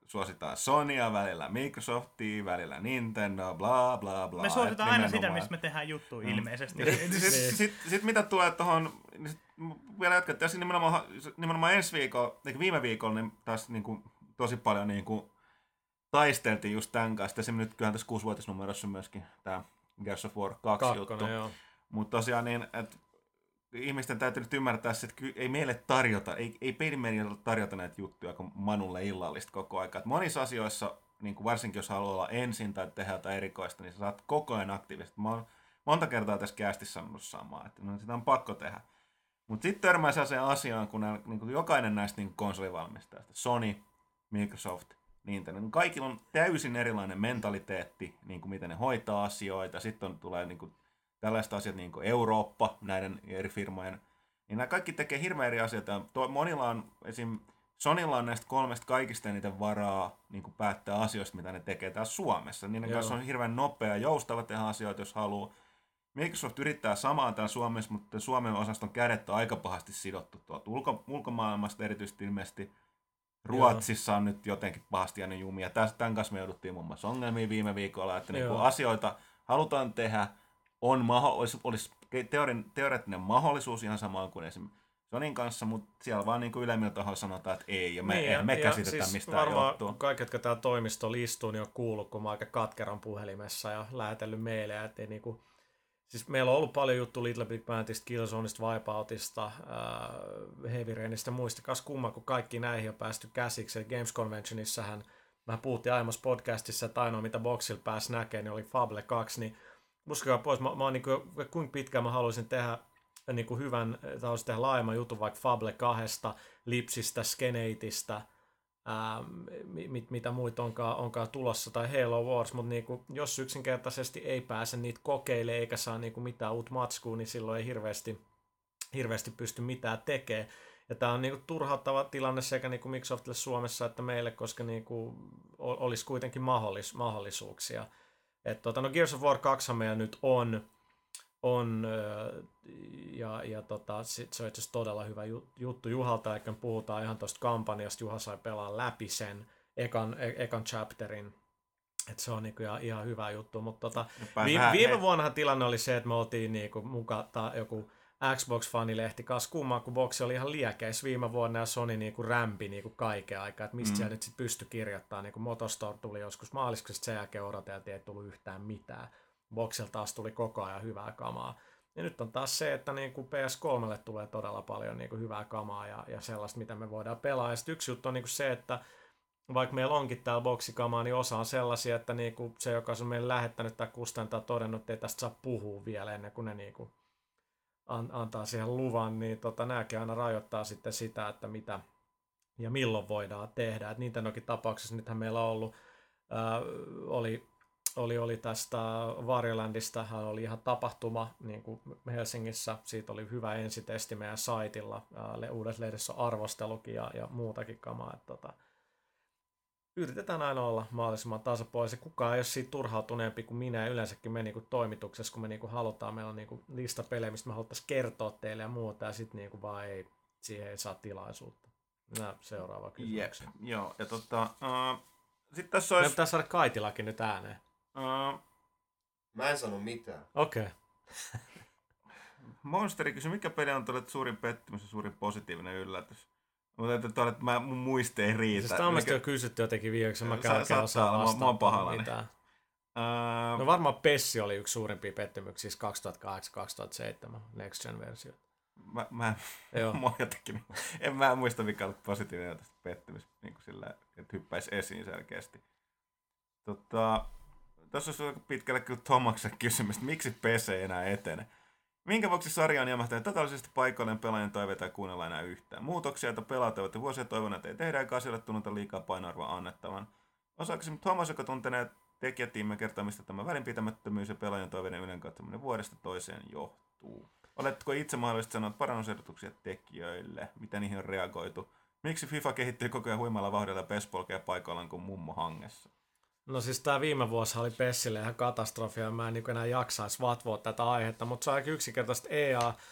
suositaan Sonya, välillä Microsoftia, välillä Nintendo, bla bla bla.
Me suositaan aina sitä, mistä me tehdään juttu mm. ilmeisesti.
Sitten sit, sit, sit, mitä tulee tuohon, niin vielä jatketaan, nimenomaan, nimenomaan ensi viikolla, eikä viime viikolla, niin taas niin kuin, tosi paljon niin kuin, taisteltiin just tämän kanssa. Ja nyt kyllähän tässä kuusivuotisnumerossa myöskin tämä Gears of War kaksi juttu. Mutta tosiaan niin, että ihmisten täytyy nyt ymmärtää, että ei meille tarjota, ei, ei pelimedialle tarjota näitä juttuja kuin Manulle illallista koko ajan. Et monissa asioissa, niin kuin varsinkin jos haluaa olla ensin tai tehdä jotain erikoista, niin sä saat koko ajan aktiivisesti. Mä oon monta kertaa tässä kästissä sanonut samaa, että no, sitä on pakko tehdä. Mutta sitten törmää sellaiseen asiaan, kun nämä, niin kuin jokainen näistä niin konsolivalmistajista, Sony, Microsoft, Nintendo, niin kaikilla on täysin erilainen mentaliteetti, niin kuin miten ne hoitaa asioita. Sitten on, tulee niin kuin, tällaiset asiat niin kuin Eurooppa näiden eri firmojen. Niin nämä kaikki tekee hirveän eri asioita. Monilla on, esim. Sonylla on näistä kolmesta kaikista eniten varaa niin kuin päättää asioista, mitä ne tekee täällä Suomessa. Niiden Joo. kanssa on hirveän nopea ja joustava tehdä asioita, jos haluaa. Microsoft yrittää samaa täällä Suomessa, mutta Suomen osaston kädet on aika pahasti sidottu tuolta ulko- ulkomaailmasta erityisesti ilmeisesti. Ruotsissa Joo. on nyt jotenkin pahasti jäänyt jumia. Tämän kanssa me jouduttiin muun muassa ongelmiin viime viikolla, että niin asioita halutaan tehdä, on maho- olisi, olisi teori- teoreettinen mahdollisuus ihan samaan kuin esimerkiksi Sonin kanssa, mutta siellä vaan niin kuin ylemmillä tahoilla sanotaan, että ei, ja me, niin, ja, me käsitetään siis mistään johtuu.
Kaikki, jotka täällä toimistolla istuu, niin on kuullut, kun mä aika katkeran puhelimessa ja lähetellyt meille, että ei niinku. Siis meillä on ollut paljon juttu Little Big Bandista, Killzoneista, Wipeoutista, äh, Heavy Rainista ja muista. Kas kumma, kun kaikki näihin on päästy käsiksi. Eli Games Conventionissahan, mä puhuttiin aiemmassa podcastissa, että ainoa mitä Boxilla pääsi näkemään, niin oli Fable kaksi. Niin uskokaa pois, mä, mä oon niin kuin, kuinka pitkään mä haluaisin tehdä niin kuin hyvän, tai haluaisin tehdä laajemman jutun vaikka Fable kahdesta, Lipsistä, Skeneitistä, Ähm, mit, mitä muita onkaan, onkaan tulossa, tai Halo Wars, mutta niinku, jos yksinkertaisesti ei pääse niitä kokeilemaan eikä saa niinku mitään uutta matskua, niin silloin ei hirveästi, hirveästi pysty mitään tekemään. Ja tämä on niinku turhauttava tilanne sekä niinku Microsoftille Suomessa että meille, koska niinku olisi kuitenkin mahdollis, mahdollisuuksia. Et tota, no Gears of War kaksi meillä nyt on, on ja, ja tota, sit se on itse asiassa todella hyvä juttu Juhalta, eikä puhutaan ihan tuosta kampanjasta, Juha sai pelaa läpi sen ekan, e, ekan chapterin, että se on niinku ihan, ihan hyvä juttu, mutta tota, viime, viime vuonnahan tilanne oli se, että me oltiin niinku muka ta, joku Xbox-fanilehti kas kummaa, kun Boxi oli ihan liekeis viime vuonna ja Sony niinku rämpi niinku kaiken aikaa, että mistä mm. siellä nyt sit pystyi kirjoittamaan, niinku Motostore tuli joskus maaliskuussa, sen jälkeen odoteltiin, ei tullut yhtään mitään. Boxilla taas tuli koko ajan hyvää kamaa. Ja nyt on taas se, että niin kuin P S kolme tulee todella paljon niin kuin hyvää kamaa ja, ja sellaista, mitä me voidaan pelaa. Ja sitten yksi juttu on niin kuin se, että vaikka meillä onkin täällä boksikamaa, niin osa on sellaisia, että niin kuin se, joka on meille lähettänyt tai kustantaa todennut, että ei tästä saa puhua vielä ennen kuin ne niin kuin an, antaa siihen luvan, niin tota, nämäkin aina rajoittaa sitten sitä, että mitä ja milloin voidaan tehdä. Et Nintendokin tapauksessa nythän meillä on ollut, ää, oli Oli, oli tästä Varjolandista, hän oli ihan tapahtuma niin kuin Helsingissä, siitä oli hyvä ensitesti meidän saitilla, ää, uudessa lehdessä on arvostelukin ja, ja muutakin kamaa. Että, tota, yritetään aina olla mahdollisimman tasapuolisia, kukaan ei ole siitä turhautuneempi kuin minä ja yleensäkin me niin kuin toimituksessa, kun me niin kuin halutaan, meillä on niin kuin lista pelejä, mistä me haluttaisiin kertoa teille ja muuta, ja sitten niin kuin vaan ei, siihen ei saa tilaisuutta. Nää seuraava kysymys.
Yep. Joo, ja tota, uh, sitten tässä olisi...
Me pitäisi saada Kaitilakin nyt ääneen.
Uh,
Mä en sano mitään.
Okei. Okay.
Monsteri kysyi, mikä peli on tullut suurin pettymys ja suurin positiivinen yllätys? Mutta että että mä, mun muiste ei riitä.
Siis tämä on mikä... jo kysytty jotenkin viimeksi, mä käyn osaa
vastaan. Mä oon pahallani. Uh,
no varmaan Pessi oli yksi suurimpia pettymyksiä, siis kaksituhattakahdeksan kaksituhattaseitsemän Next Gen versio.
Mä, mä, mä jotenkin, en mä muista mikä oli positiivinen tästä pettymys, niin kuin sillä, että hyppäisi esiin selkeästi. Tota... Tässä olisi aika pitkälle kyllä Tomaksen kysymys, että miksi P C ei enää etene? Minkä vuoksi sarja on jämähtänyt totaalisesti paikoilleen pelaajan toiveita ja kuunnella enää yhtään? Muutoksia, joita pelaat ovat vuosia toivoneet ei tehdä, eikä asioille tunnuta liikaa painoarvoa annettavan. Osaksi Thomas, joka tuntenee tekijätiimme kertaa, mistä tämä välinpitämättömyys ja pelaajan toiveiden ylenkatsominen vuodesta toiseen johtuu. Oletko itse mahdollisesti sanoa parannusehdotuksia tekijöille? Miten niihin on reagoitu? Miksi FIFA kehittyy koko ajan huimalla vauhdilla ja P E S polkee paikoillaan kuin mummo hangessa?
No siis tää viime vuosi oli Pessille ihan katastrofia, mä en niin enää jaksaisi vatvoa tätä aihetta, mutta se on aika yksinkertaisesti E A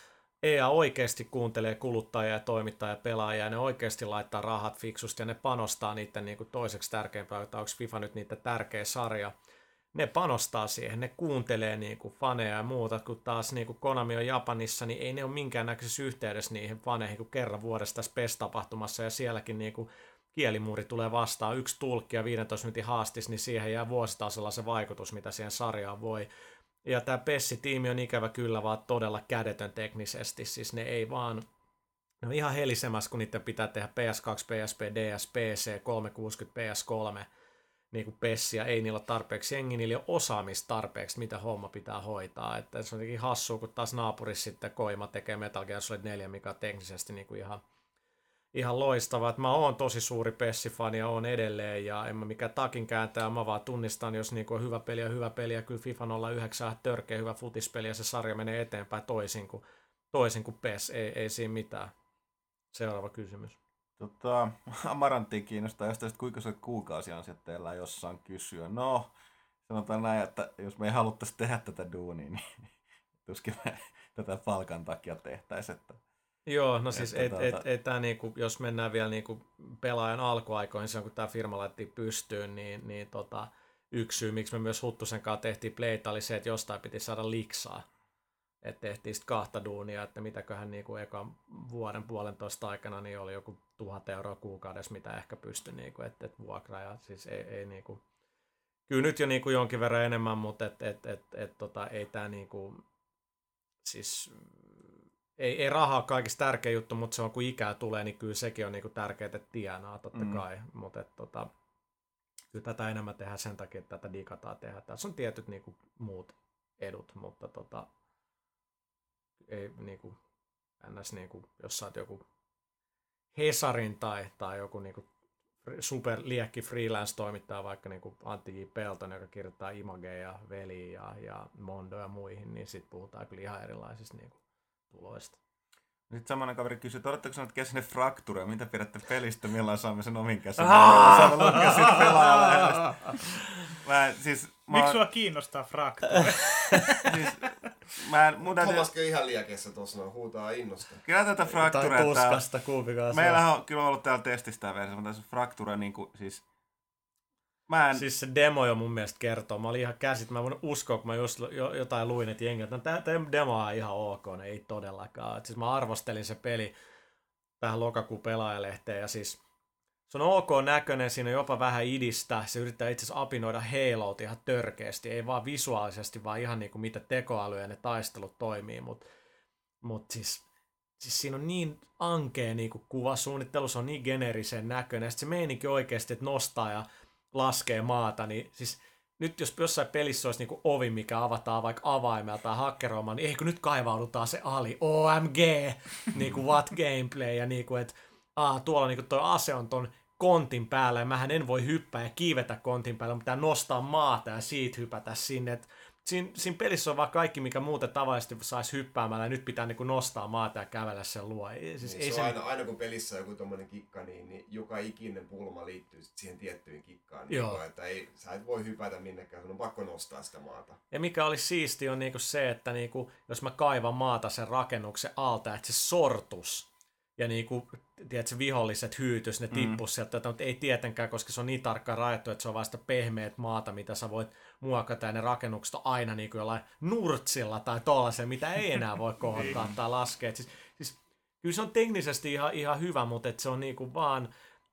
E A oikeasti kuuntelee kuluttajia ja toimittajia ja pelaajia, ja ne oikeasti laittaa rahat fiksusti, ja ne panostaa niiden niin kuin toiseksi tärkeimpää, että onko FIFA nyt niiden tärkeä sarja. Ne panostaa siihen, ne kuuntelee niin kuin faneja ja muuta, kun taas niin kuin Konami on Japanissa, niin ei ne ole minkäännäköisessä yhteydessä niihin faneihin kuin kerran vuodessa tässä P E S-tapahtumassa, ja sielläkin niin kuin kielimuuri tulee vastaan, yksi tulkki ja viidentoista minuutin haastis, niin siihen jää vuositasolla se vaikutus, mitä siihen sarjaan voi. Ja tämä P E S-tiimi on ikävä kyllä vaan todella kädetön teknisesti, siis ne ei vaan, ne on ihan helisemässä, kun niiden pitää tehdä P S kaksi, P S P, D S, P C, kolmesataakuusikymmentä, P S kolme, niin kuin P E S, ja ei niillä ole tarpeeksi jengi, niillä ei ole osaamista tarpeeksi, mitä homma pitää hoitaa. Että se on jotenkin hassua, kun taas naapurissa sitten Koima tekee Metal Gear Solid neljä, mikä on teknisesti niin kuin ihan, ihan loistava. Että mä oon tosi suuri P E S-fani ja oon edelleen, ja en mä mikään takin kääntää, mä vaan tunnistan, jos niin kuin on hyvä peli ja hyvä peli, ja kyllä FIFA nolla yhdeksän on törkeä hyvä futispeli, ja se sarja menee eteenpäin toisin kuin, toisin kuin P E S, ei, ei siinä mitään. Seuraava kysymys.
Tota, Amaranttiin kiinnostaa jostain, että kuinka se kuukausiansiot teillä jossain kysyä. No, sanotaan näin, että jos me ei haluttaisi tehdä tätä duunia, niin tuskin me tätä palkan takia tehtäisiin. Että,
Joo, no siis ei,
tuota...
ei, ei tää niinku, jos mennään vielä niinku pelaajan alkuaikoihin, silloin kun tämä firma laitettiin pystyyn, niin, niin tota, yksi syy, miksi me myös Huttusen kanssa tehtiin Playta, oli se, että jostain piti saada liksaa. Että tehtiin sitten kahta duunia, että mitäköhän niinku ekan vuoden puolentoista aikana niin oli joku tuhat euroa kuukaudessa, mitä ehkä pystyi, niinku, että et vuokra, ja siis ei, ei niinku, kyllä nyt jo niinku jonkin verran enemmän, mutta et, et, et, et, tota, ei tämä niinku, siis ei, ei raha ole kaikista tärkeä juttu, mutta se on kun ikää tulee, niin kyllä sekin on niinku tärkeää, että tienaa totta mm. kai, mutta et, tota, kyllä tätä enemmän tehdään sen takia, että tätä digataan tehdä. Tässä on tietyt niinku muut edut, mutta tota, ei niinku, ns. Niinku, jos sä oot joku Hesarin tai, tai joku niinku superliekki freelance-toimittaja, vaikka niinku Antti J. Pelton, joka kirjoittaa Imageja, Veli ja, ja Mondo ja muihin, niin sit puhutaan kyllä ihan erilaisista niinku tuloista.
Sitten samainen kaveri kysyi, että oletteko sanonut käsinne Fracturea, mitä pidätte pelistä, milloin saamme sen omin käsin? Saamme lukea sitten pelaajalähetystä. Mä, siis, mä...
Miksi sua kiinnostaa Fracture?
siis, mä, mun täytyy...
Thomasko ihan liekessä tuossa huutaa innosta.
Kyllä tätä Fracturea...
Tai tuskasta, kumpikaan.
Meillähän on kyllä ollut täällä testissä tämä versio, mutta tässä Fracture niin kuin, siis... Mä en...
Siis se demo jo mun mielestä kertoo. Mä olin ihan käsit, mä voin uskoa, kun mä just jotain luin, että jengi, että tämä demo on ihan ok, ne ei todellakaan. Et siis mä arvostelin se peli tähän lokakuun pelaajalehteen, ja siis se on ok näköinen, siinä on jopa vähän idistä, se yrittää itse asiassa apinoida Halout ihan törkeästi, ei vaan visuaalisesti, vaan ihan niinku mitä tekoäly ja ne taistelut toimii, mutta mut siis, siis siinä on niin ankea niinku kuvasuunnittelu, se on niin geneerisen näköinen, ja sitten se meininki oikeasti, että nostaa ja laskee maata, niin siis nyt jos jossain pelissä olisi niinku ovi, mikä avataan vaikka avaimella tai hakkeroimaan, niin eikö nyt kaivaudutaan se ali, O M G, niinku what gameplay, ja niinku, että aa, tuolla niinku toi ase on ton kontin päällä, ja mähän en voi hyppää ja kiivetä kontin päällä, pitää nostaa maata ja siitä hypätä sinne, että Siin, siinä pelissä on vaan kaikki, mikä muuten tavallisesti saisi hyppäämällä, ja nyt pitää niinku nostaa maata ja kävellä sen luo. Siis
niin,
ei
se
se
on aina, aina kun pelissä on joku tommonen kikka, niin, niin joka ikinen pulma liittyy siihen tiettyyn kikkaan. Niin kuin, että ei, sä et voi hypätä minnekään, sun on pakko nostaa sitä maata.
Ja mikä oli siisti on niinku se, että niinku, jos mä kaivan maata sen rakennuksen alta, että se sortus. Ja niinku, tiedätkö, viholliset hyytys, ne tippus mm. sieltä, mutta ei tietenkään, koska se on niin tarkkaan rajattu, että se on vasta pehmeät maata, mitä sä voit muokata, ja ne rakennukset on aina niin kuin jollain nurtsilla tai tollaisella, mitä ei enää voi kohottaa tai laskea. Siis, siis, kyllä se on teknisesti ihan, ihan hyvä, mutta et se on niinku vaan,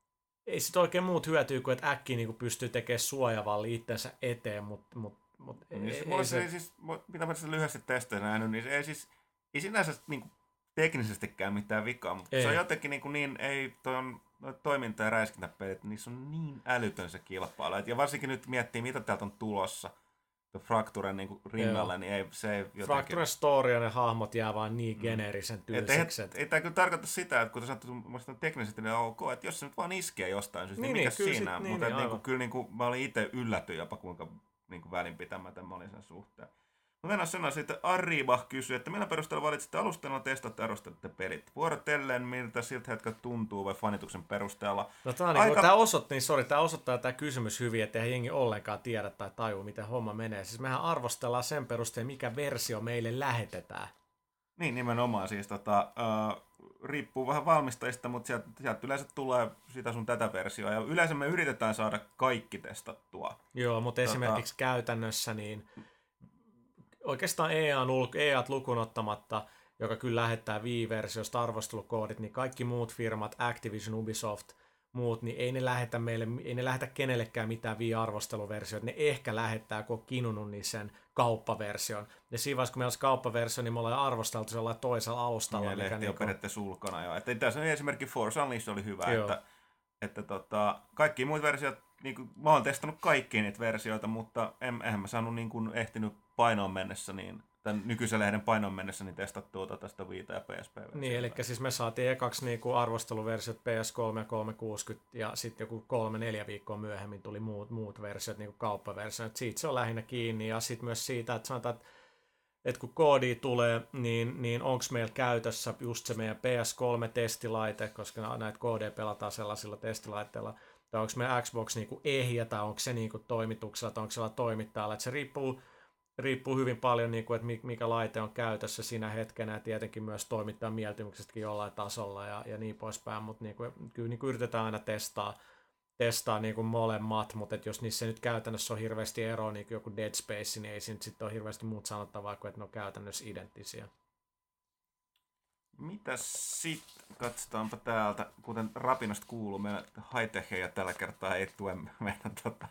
ei sit oikein muut hyötyy kuin, että äkkiä niinku pystyy tekemään suojavalle itsensä eteen, mutta mut, mut,
niin,
ei,
ei,
ei
se, se... Siis, mitä mä tässä lyhyesti testejä nähnyt, niin ei siis, ei sinänsä niinku teknisestikään mitään vikaa, mutta ei. Se on jotenkin niin, niin ei toi on toiminta- ja räiskintäpelit, niissä on niin älytön se kilpailu. Ja varsinkin nyt miettii, mitä täältä on tulossa Fracturen niin rinnalle, niin ei se ei jotenkin...
Fracturen story ja ne hahmot jää vaan niin geneerisen tylsiksi.
Ei, ei, ei tämä kyllä tarkoita sitä, että kun sanottu, että teknisesti ne on ok, että jos se nyt vaan iskee jostain syystä, niin, niin mikä siinä? Sit, mutta niin, niin, niin, kyllä niin kuin, mä olin itse yllätty jopa, kuinka niin kuin välinpitämätön mä olin sen suhteen. No mennään sanoa sitten, Arriba kysyy, että millä perusteella valitsitte alustalla, testaatte ja arvostatte pelit? Vuorotellen, miltä siltä hetkellä tuntuu vai fanituksen perusteella?
No tämä, Aika... niin, tämä, osoittaa, niin sorry, tämä osoittaa tämä kysymys hyvin, että eihän jengi ollenkaan tiedä tai tajua, miten homma menee. Siis mehän arvostellaan sen perusteella, mikä versio meille lähetetään.
Niin, nimenomaan. Siis, tota, uh, riippuu vähän valmistajista, mutta sieltä, sieltä yleensä tulee sitä sun tätä versiota. Ja yleensä me yritetään saada kaikki testattua.
Joo, mutta tota... esimerkiksi käytännössä niin oikeastaan E A:n ulko, E A:t lukuun ottamatta, joka kyllä lähettää Wii-versiosta arvostelukoodit, niin kaikki muut firmat, Activision, Ubisoft, muut, niin ei ne lähetä meille, ei ne lähetä kenellekään mitään Wii-arvosteluversioita, ne ehkä lähettää, kun on kinunut niin sen kauppaversion. Ja siinä vaiheessa, kun meillä olisi kauppaversio, niin me ollaan arvosteltu sellainen toisella alustalla.
Ja lehti on niin periaatteessa ulkona jo. Että tässä on esimerkiksi Force Unleashed oli hyvä, Joo. että, että tota, kaikki muut versiot, niin kuin, mä oon testannut kaikkia niitä versioita, mutta en, eihän mä saanut niin kuin, ehtinyt painoon mennessä, niin tämän nykyisen lehden painoon mennessä niin testattua tuota sitä Viita ja P S P-versiota.
Niin, eli siis me saatiin ekaksi niinku arvosteluversiot P S kolme ja kolmesataakuusikymmentä ja sitten joku kolme neljä viikkoa myöhemmin tuli muut, muut versiot, niinku kauppaversiot. Siitä se on lähinnä kiinni ja sitten myös siitä, että sanotaan, että, että kun koodi tulee, niin, niin onko meillä käytössä just se meidän P S kolme-testilaite, koska näitä koodeja pelataan sellaisilla testilaitteilla, tai onko meidän Xbox niinku ehjä, tai onko se niinku toimituksella, tai onko se toimittajalla, että se riippuu Riippuu hyvin paljon, niin kuin, että mikä laite on käytössä siinä hetkenä, ja tietenkin myös toimittajan mieltymyksestäkin jollain tasolla ja, ja niin poispäin, mutta niin kuin, kyllä niin kuin yritetään aina testaa, testaa niin kuin molemmat, mutta että jos niissä nyt käytännössä on hirveästi eroa, niin kuin joku Dead Space, niin ei siinä sitten ole hirveästi muut sanottavaa kuin, että ne on käytännössä identtisiä.
Mitäs sitten? Katsotaanpa täältä, kuten rapinasta kuuluu, meidän high-techia tällä kertaa ei tue meidän tota,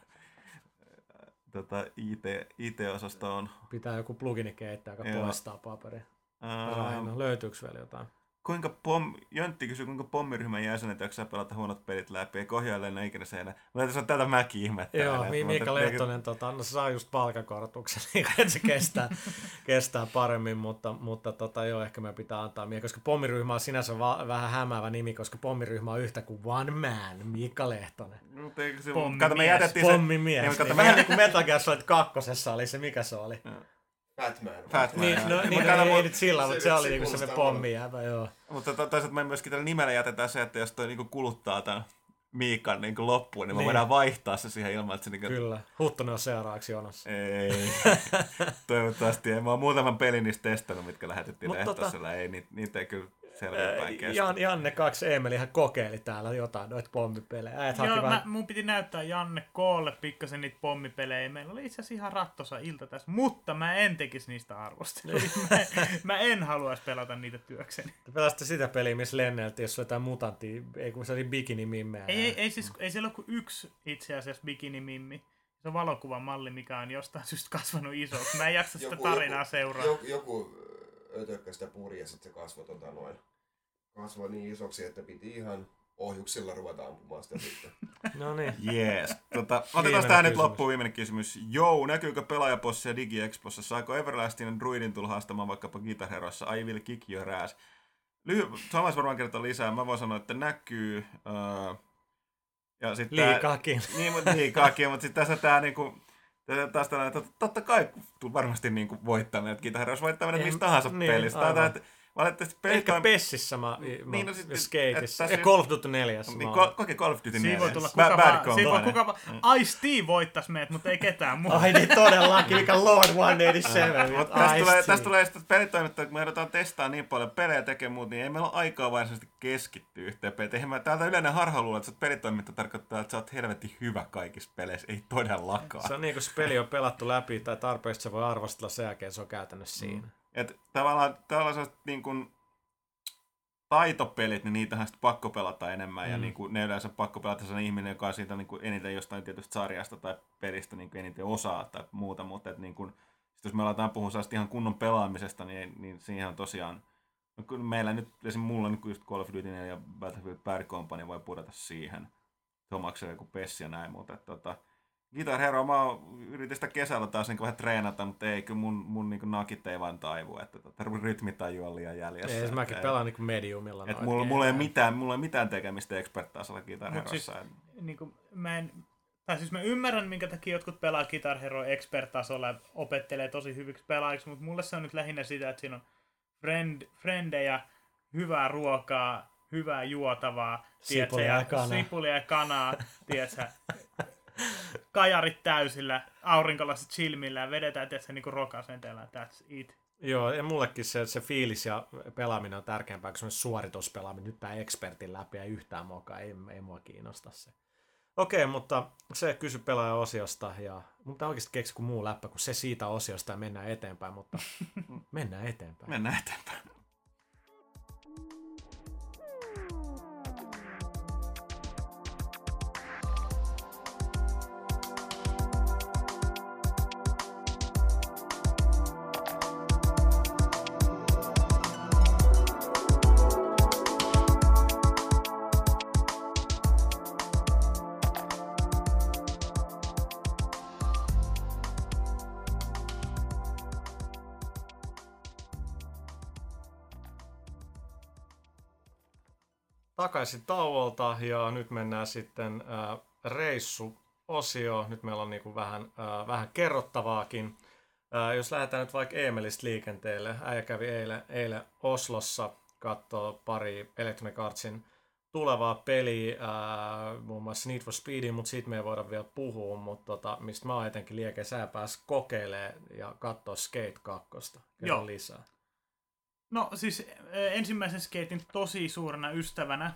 Tota, I T, I T-osasto on...
Pitää joku plugini keittää, joka
Joo.
poistaa paperia.
Uh,
Löytyykö vielä jotain?
Kuinka pom... Jöntti kysyy, kuinka pommiryhmän jäsenet jaksaa pelata huonot pelit läpi ja kohjailee ne ikinä seinä. Mä tässä on tätä mäkin ihmettää.
Joo, Miika Lehtonen, tota, no se saa just palkankorotuksen, että se kestää, kestää paremmin, mutta, mutta tota, joo, ehkä me pitää antaa Miika, koska pommiryhmä on sinänsä va- vähän hämäävä nimi, koska pommiryhmä on yhtä kuin One Man, Miika Lehtonen.
Pommimies.
Pommimies. Niin, vähän niin kuin Metal Gear Solid kakkosessa oli se, mikä se oli?
Batman.
Fatman.
Niin, no, niin, no, ei nyt sillä, mutta se oli niinku semmoinen pommijääpä, joo.
Mutta to, toisaalta me myöskin tällä nimellä jätetään se, että jos toi niinku kuluttaa tämän Miikan niinku loppuun, niin me niin. voidaan vaihtaa se siihen ilman, että se niinku...
Kyllä. Huttunen on seuraavaksi jonossa.
Ei. Toivottavasti ei. Mä oon muutaman pelin niistä testannut, mitkä lähetettiin Lehtosella. Tota... Ei, niitä, niitä ei kyllä selvinpäin kestä.
Jan, Janne kaksi Eemelihän kokeili täällä jotain noita pommipelejä. Äät
Joo, mä,
vähän...
mun piti näyttää Janne Koolle pikkasen niitä pommipelejä. Meillä oli itse asiassa ihan rattosa ilta tässä, mutta mä en tekisi niistä arvosteluja. mä, mä en haluaisi pelata niitä työkseni.
Te pelasitte sitä peliä, missä lenneltiin, jos oli jotain mutanttia, ei kun se oli bikini-mimmeä.
Ei, ei, ei, siis, ei siellä ole kuin yksi itse asiassa bikini-mimmi. Se on valokuvan malli, mikä on jostain syystä kasvanut isoksi. Mä en jaksa sitä
joku,
tarinaa
joku,
seuraa.
Joku, joku ötökkä sitä puri ja sitten se kasvoi tota noin. Kasvoi niin isoksi, että piti ihan ohjuksilla ruveta ampumaan sitä sitten.
No niin.
Jees. Tota, otetaan tähän nyt loppuun viimeinen kysymys. Jou, näkyykö pelaajapossia DigiExpossa? Saako Everlastin druidin tulla haastamaan vaikkapa Guitar Heroissa? I will kick your ass. Lyhy- Samais varmaan kertaa lisää. Mä voin sanoa, että näkyy. Uh, ja sit
liikaakin.
Tää, niin, mutta liikaakin, mutta sitten tässä tää niinku... Taas tällainen, että totta kai varmasti niinku voittaminen, että Guitar Heroes voittaminen mistä tahansa niin, pelistä.
Ehkä Pessissä mä, mä
niin, no sit,
skateissa. Ja Call of Duty neljä.
Niin, Koke Call of Duty neljä.
Siinä voi tulla kuka vaan. Siinä voi kuka vaan. Ice-T voittais meidät, mutta ei ketään muuta.
Ai niin todellakin, mikä Lord sata kahdeksankymmentäseitsemän.
Tästä tulee, tästä tulee sitten pelitoimittaa, kun me joudutaan testaamaan niin paljon pelejä tekemään muut, niin ei meillä ole aikaa varsinaisesti keskittyä yhteen peliin. Eihän mä täältä yleinen harhaluulla, että sä oot pelitoimittaja tarkoittaa, että sä oot helvetin hyvä kaikissa peleissä. Ei todellakaan.
Se on niin, kun se peli on pelattu läpi tai tarpeeksi se voi arvostella sen jälkeen, se on käytännössä siinä. Mm.
Että tavallaan tällaiset niin kuin taitopelit, niin niitähän sitten pakko pelata enemmän, mm. ja niin kuin ne yleensä pakko pelata sellainen ihminen, joka on siitä niin kuin eniten jostain tietystä sarjasta tai pelistä niin kuin eniten osaa tai muuta, mutta että niin kuin, jos me aletaan puhua sellaista ihan kunnon pelaamisesta, niin, niin siihen on tosiaan, no meillä nyt, esimerkiksi mulla nyt just Call of Duty ja Battlefield Bad Company voi pudota siihen, Tomakselle joku Pessi ja näin, mutta että tota, Guitar Hero, mä yritin sitä kesällä taas niin vähän treenata, mutta ei, kyllä mun, mun niin nakit ei vaan taivu, että tota, rytmitaju on liian jäljessä.
Ei, mäkin
et,
pelaan niin mediumilla.
Et mulla, mulla, ei mitään, mulla ei mitään tekemistä expert-tasolla Guitar Herossa.
Siis, niin kuin, mä en, tai siis mä ymmärrän, minkä takia jotkut pelaa Guitar Hero expert-tasolla ja opettelee tosi hyviksi pelaajiksi, mutta mulle se on nyt lähinnä sitä, että siinä on friend, frendejä, hyvää ruokaa, hyvää juotavaa,
sipulia ja kanaa,
sipulia ja kanaa tiedätkö, kajarit täysillä, aurinkolasit silmillä ja vedetään tietysti niinku rokasenteella, that's it.
Joo, ja mullekin se, se fiilis ja pelaaminen on tärkeämpää kuin suorituspelaaminen. Nyt tää expertin läpi ja yhtään mokaa, ei, ei mua kiinnosta se. Okei, mutta se kysy pelaaja-osiosta ja mutta oikeasti keksi kuin muu läppä kuin se siitä osiosta ja mennään eteenpäin, mutta mennään eteenpäin.
Mennään eteenpäin.
Takaisin tauolta ja nyt mennään sitten äh, reissuosioon. Nyt meillä on niinku vähän, äh, vähän kerrottavaakin. Äh, jos lähdetään nyt vaikka Eemelistä liikenteelle. Äijä kävi eilen, eilen Oslossa katsoo pari Electronic Artsin tulevaa peliä, äh, muun muassa Need for Speedin, mutta siitä me ei voida vielä puhua, mutta tota, mistä mä oon etenkin lieke, sä pääs kokeilemaan ja katsoa Skate kaksi. Kerro lisää.
No siis ensimmäisen Skatein tosi suurena ystävänä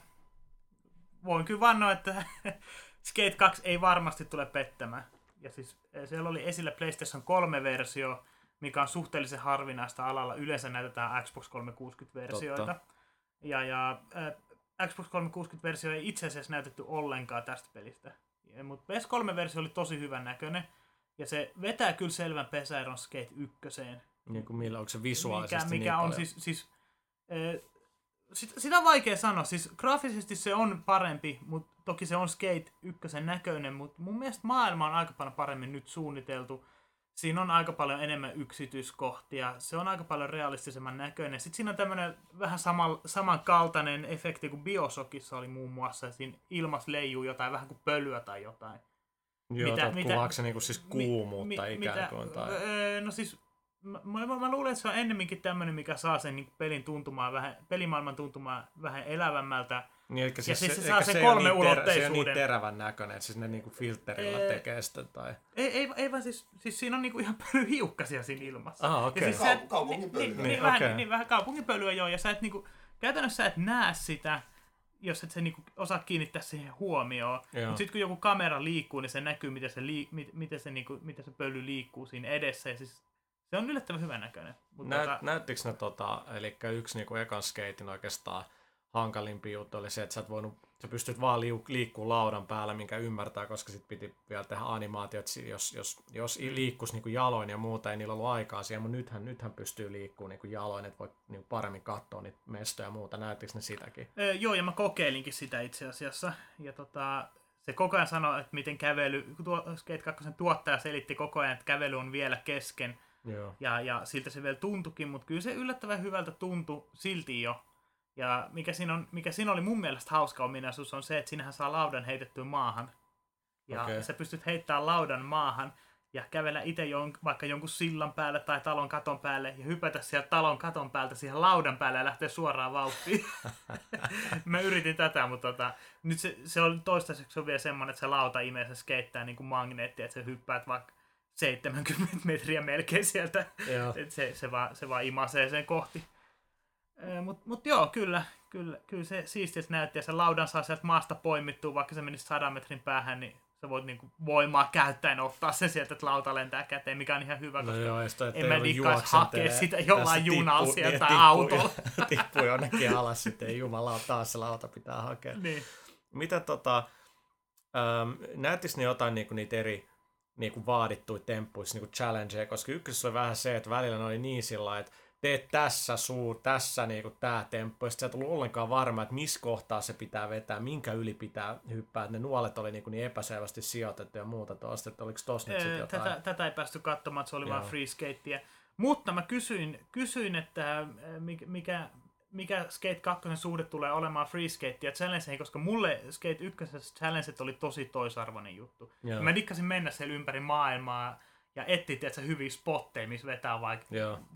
voin kyllä vannoa, että Skate kaksi ei varmasti tule pettämään. Ja siis siellä oli esillä PlayStation kolme-versio, mikä on suhteellisen harvinaista alalla. Yleensä näytetään Xbox kolmesataakuusikymmentä-versioita. Totta. Ja, ja äh, Xbox kolmesataakuusikymmentä-versio ei itse asiassa näytetty ollenkaan tästä pelistä. Mutta P S kolme-versio oli tosi hyvän näköinen. Ja se vetää kyllä selvän pesäeron Skate ykköseen.
Niin kuin millä, onko se visuaalisesti
mikä, mikä
niin
on
paljon?
siis, siis äh, sit, sitä on vaikea sanoa. Siis graafisesti se on parempi, mutta toki se on Skate ykkösen näköinen, mutta mun mielestä maailma on aika paljon paremmin nyt suunniteltu. Siinä on aika paljon enemmän yksityiskohtia, se on aika paljon realistisemman näköinen. Sitten siinä on tämmöinen vähän sama, samankaltainen efekti kuin Bioshockissa oli muun muassa. Siinä ilmassa leijuu jotain vähän kuin pölyä tai jotain.
Joo, mitä, mitä, kuvaako se niinku siis kuumuutta mi, mi, ikään mitä, kuin? Tai...
Öö, no siis, mä, mä, mä luulen, että se on ennemminkin tämmöinen, mikä saa sen niin pelin tuntumaan vähän, pelimaailman tuntumaan vähän elävämmältä.
Niin, eli
ja
siis
se,
se,
se saa sen
se
kolmeulotteisuuden.
Se ei ole niin terävän näköinen, että siis ne niinku filterillä
ee,
tekee sitä. Tai...
Ei, ei, ei vaan siis, siis siinä on niinku ihan pölyhiukkasia siinä ilmassa.
Aha, okei. Okay.
Siis
Kau- kaupungipölyä.
Niin,
niin,
niin,
okay.
vähän, niin, vähän kaupunkipölyä joo, ja sä et niinku, käytännössä sä et näe sitä, jos et sä niinku osaa kiinnittää siihen huomioon. Mutta sitten kun joku kamera liikkuu, niin se näkyy, miten se, lii, miten se, niinku, miten se pöly liikkuu siinä edessä. Ja siis se on yllättävän hyvän näköinen.
Näyt, tota... Näyttikö ne, tota, eli yksi niinku ekan skatein oikeastaan hankalimpi juttu oli se, että sä, et voinut, sä pystyt vaan liu, liikkuu laudan päällä, minkä ymmärtää, koska sit piti vielä tehdä animaatiot, jos, jos, jos liikkuisi niinku jaloin ja muuta, ei niillä ollut aikaa siihen, mutta nythän, nythän pystyy liikkumaan niinku jaloin, että voi niinku paremmin katsoa niitä mestoja ja muuta. Näyttikö ne sitäkin?
Öö, joo, ja mä kokeilinkin sitä itse asiassa. Ja tota, se koko ajan sanoi, että miten kävely, tuo, Skate kaksi tuottaja selitti koko ajan, että kävely on vielä kesken.
Joo.
Ja, ja siltä se vielä tuntukin, mutta kyllä se yllättävän hyvältä tuntui silti jo. Ja mikä siinä, on, mikä siinä oli mun mielestä hauska ominaisuus on se, että sinähän saa laudan heitettyä maahan. Ja okay. Sä pystyt heittämään laudan maahan ja kävellä itse jon, vaikka jonkun sillan päälle tai talon katon päälle ja hypätä sieltä talon katon päältä siihen laudan päälle ja lähteä suoraan vauhtiin. Mä yritin tätä, mutta tota, nyt se, se on toistaiseksi on vielä semmoinen, että se lauta imee se skeittää niin kuin magneetti, että sä hyppäät vaikka seitsemänkymmentä metriä melkein sieltä. Että se, se, vaan, se vaan imasee sen kohti. Mutta mut joo, kyllä, kyllä, kyllä se siistiä näytti, ja se laudan saa sieltä maasta poimittua, vaikka se menisi sadan metrin päähän, niin sä voit niinku voimaa käyttäen ottaa sen sieltä, että lauta lentää käteen, mikä on ihan hyvä, koska no joo, en mä dikkaisi hakea sitä jollain junalla sieltä tai autolla.
Tippuu jonnekin alas, sitten ei jumala taas se lauta pitää hakea.
Niin.
Mitä tota, ähm, näyttis ne jotain niinku niitä eri niinku vaadittuja temppuja, niinku challengeja, koska ykkössä oli vähän se, että välillä ne oli niin sillä että teet tässä suur, tässä niinku tää temppu, ja sit sä et ollut ollenkaan varma, että missä kohtaa se pitää vetää, minkä yli pitää hyppää, että ne nuolet oli niinku niin epäselvästi sijoitettu ja muuta tuosta, että oliko tossa nyt sit jotain?
Tätä, tätä ei päästy katsomaan, että se oli Joo. vaan free skateä. Mutta mä kysyin, kysyin että mikä, mikä Skate kaksi suhde tulee olemaan free skate ja challengeihin, koska mulle Skate yksi challenget oli tosi toisarvoinen juttu. Mä dikkasin mennä siellä ympäri maailmaa ja etsiä tietysti hyviä spotteja, missä vetää vaikka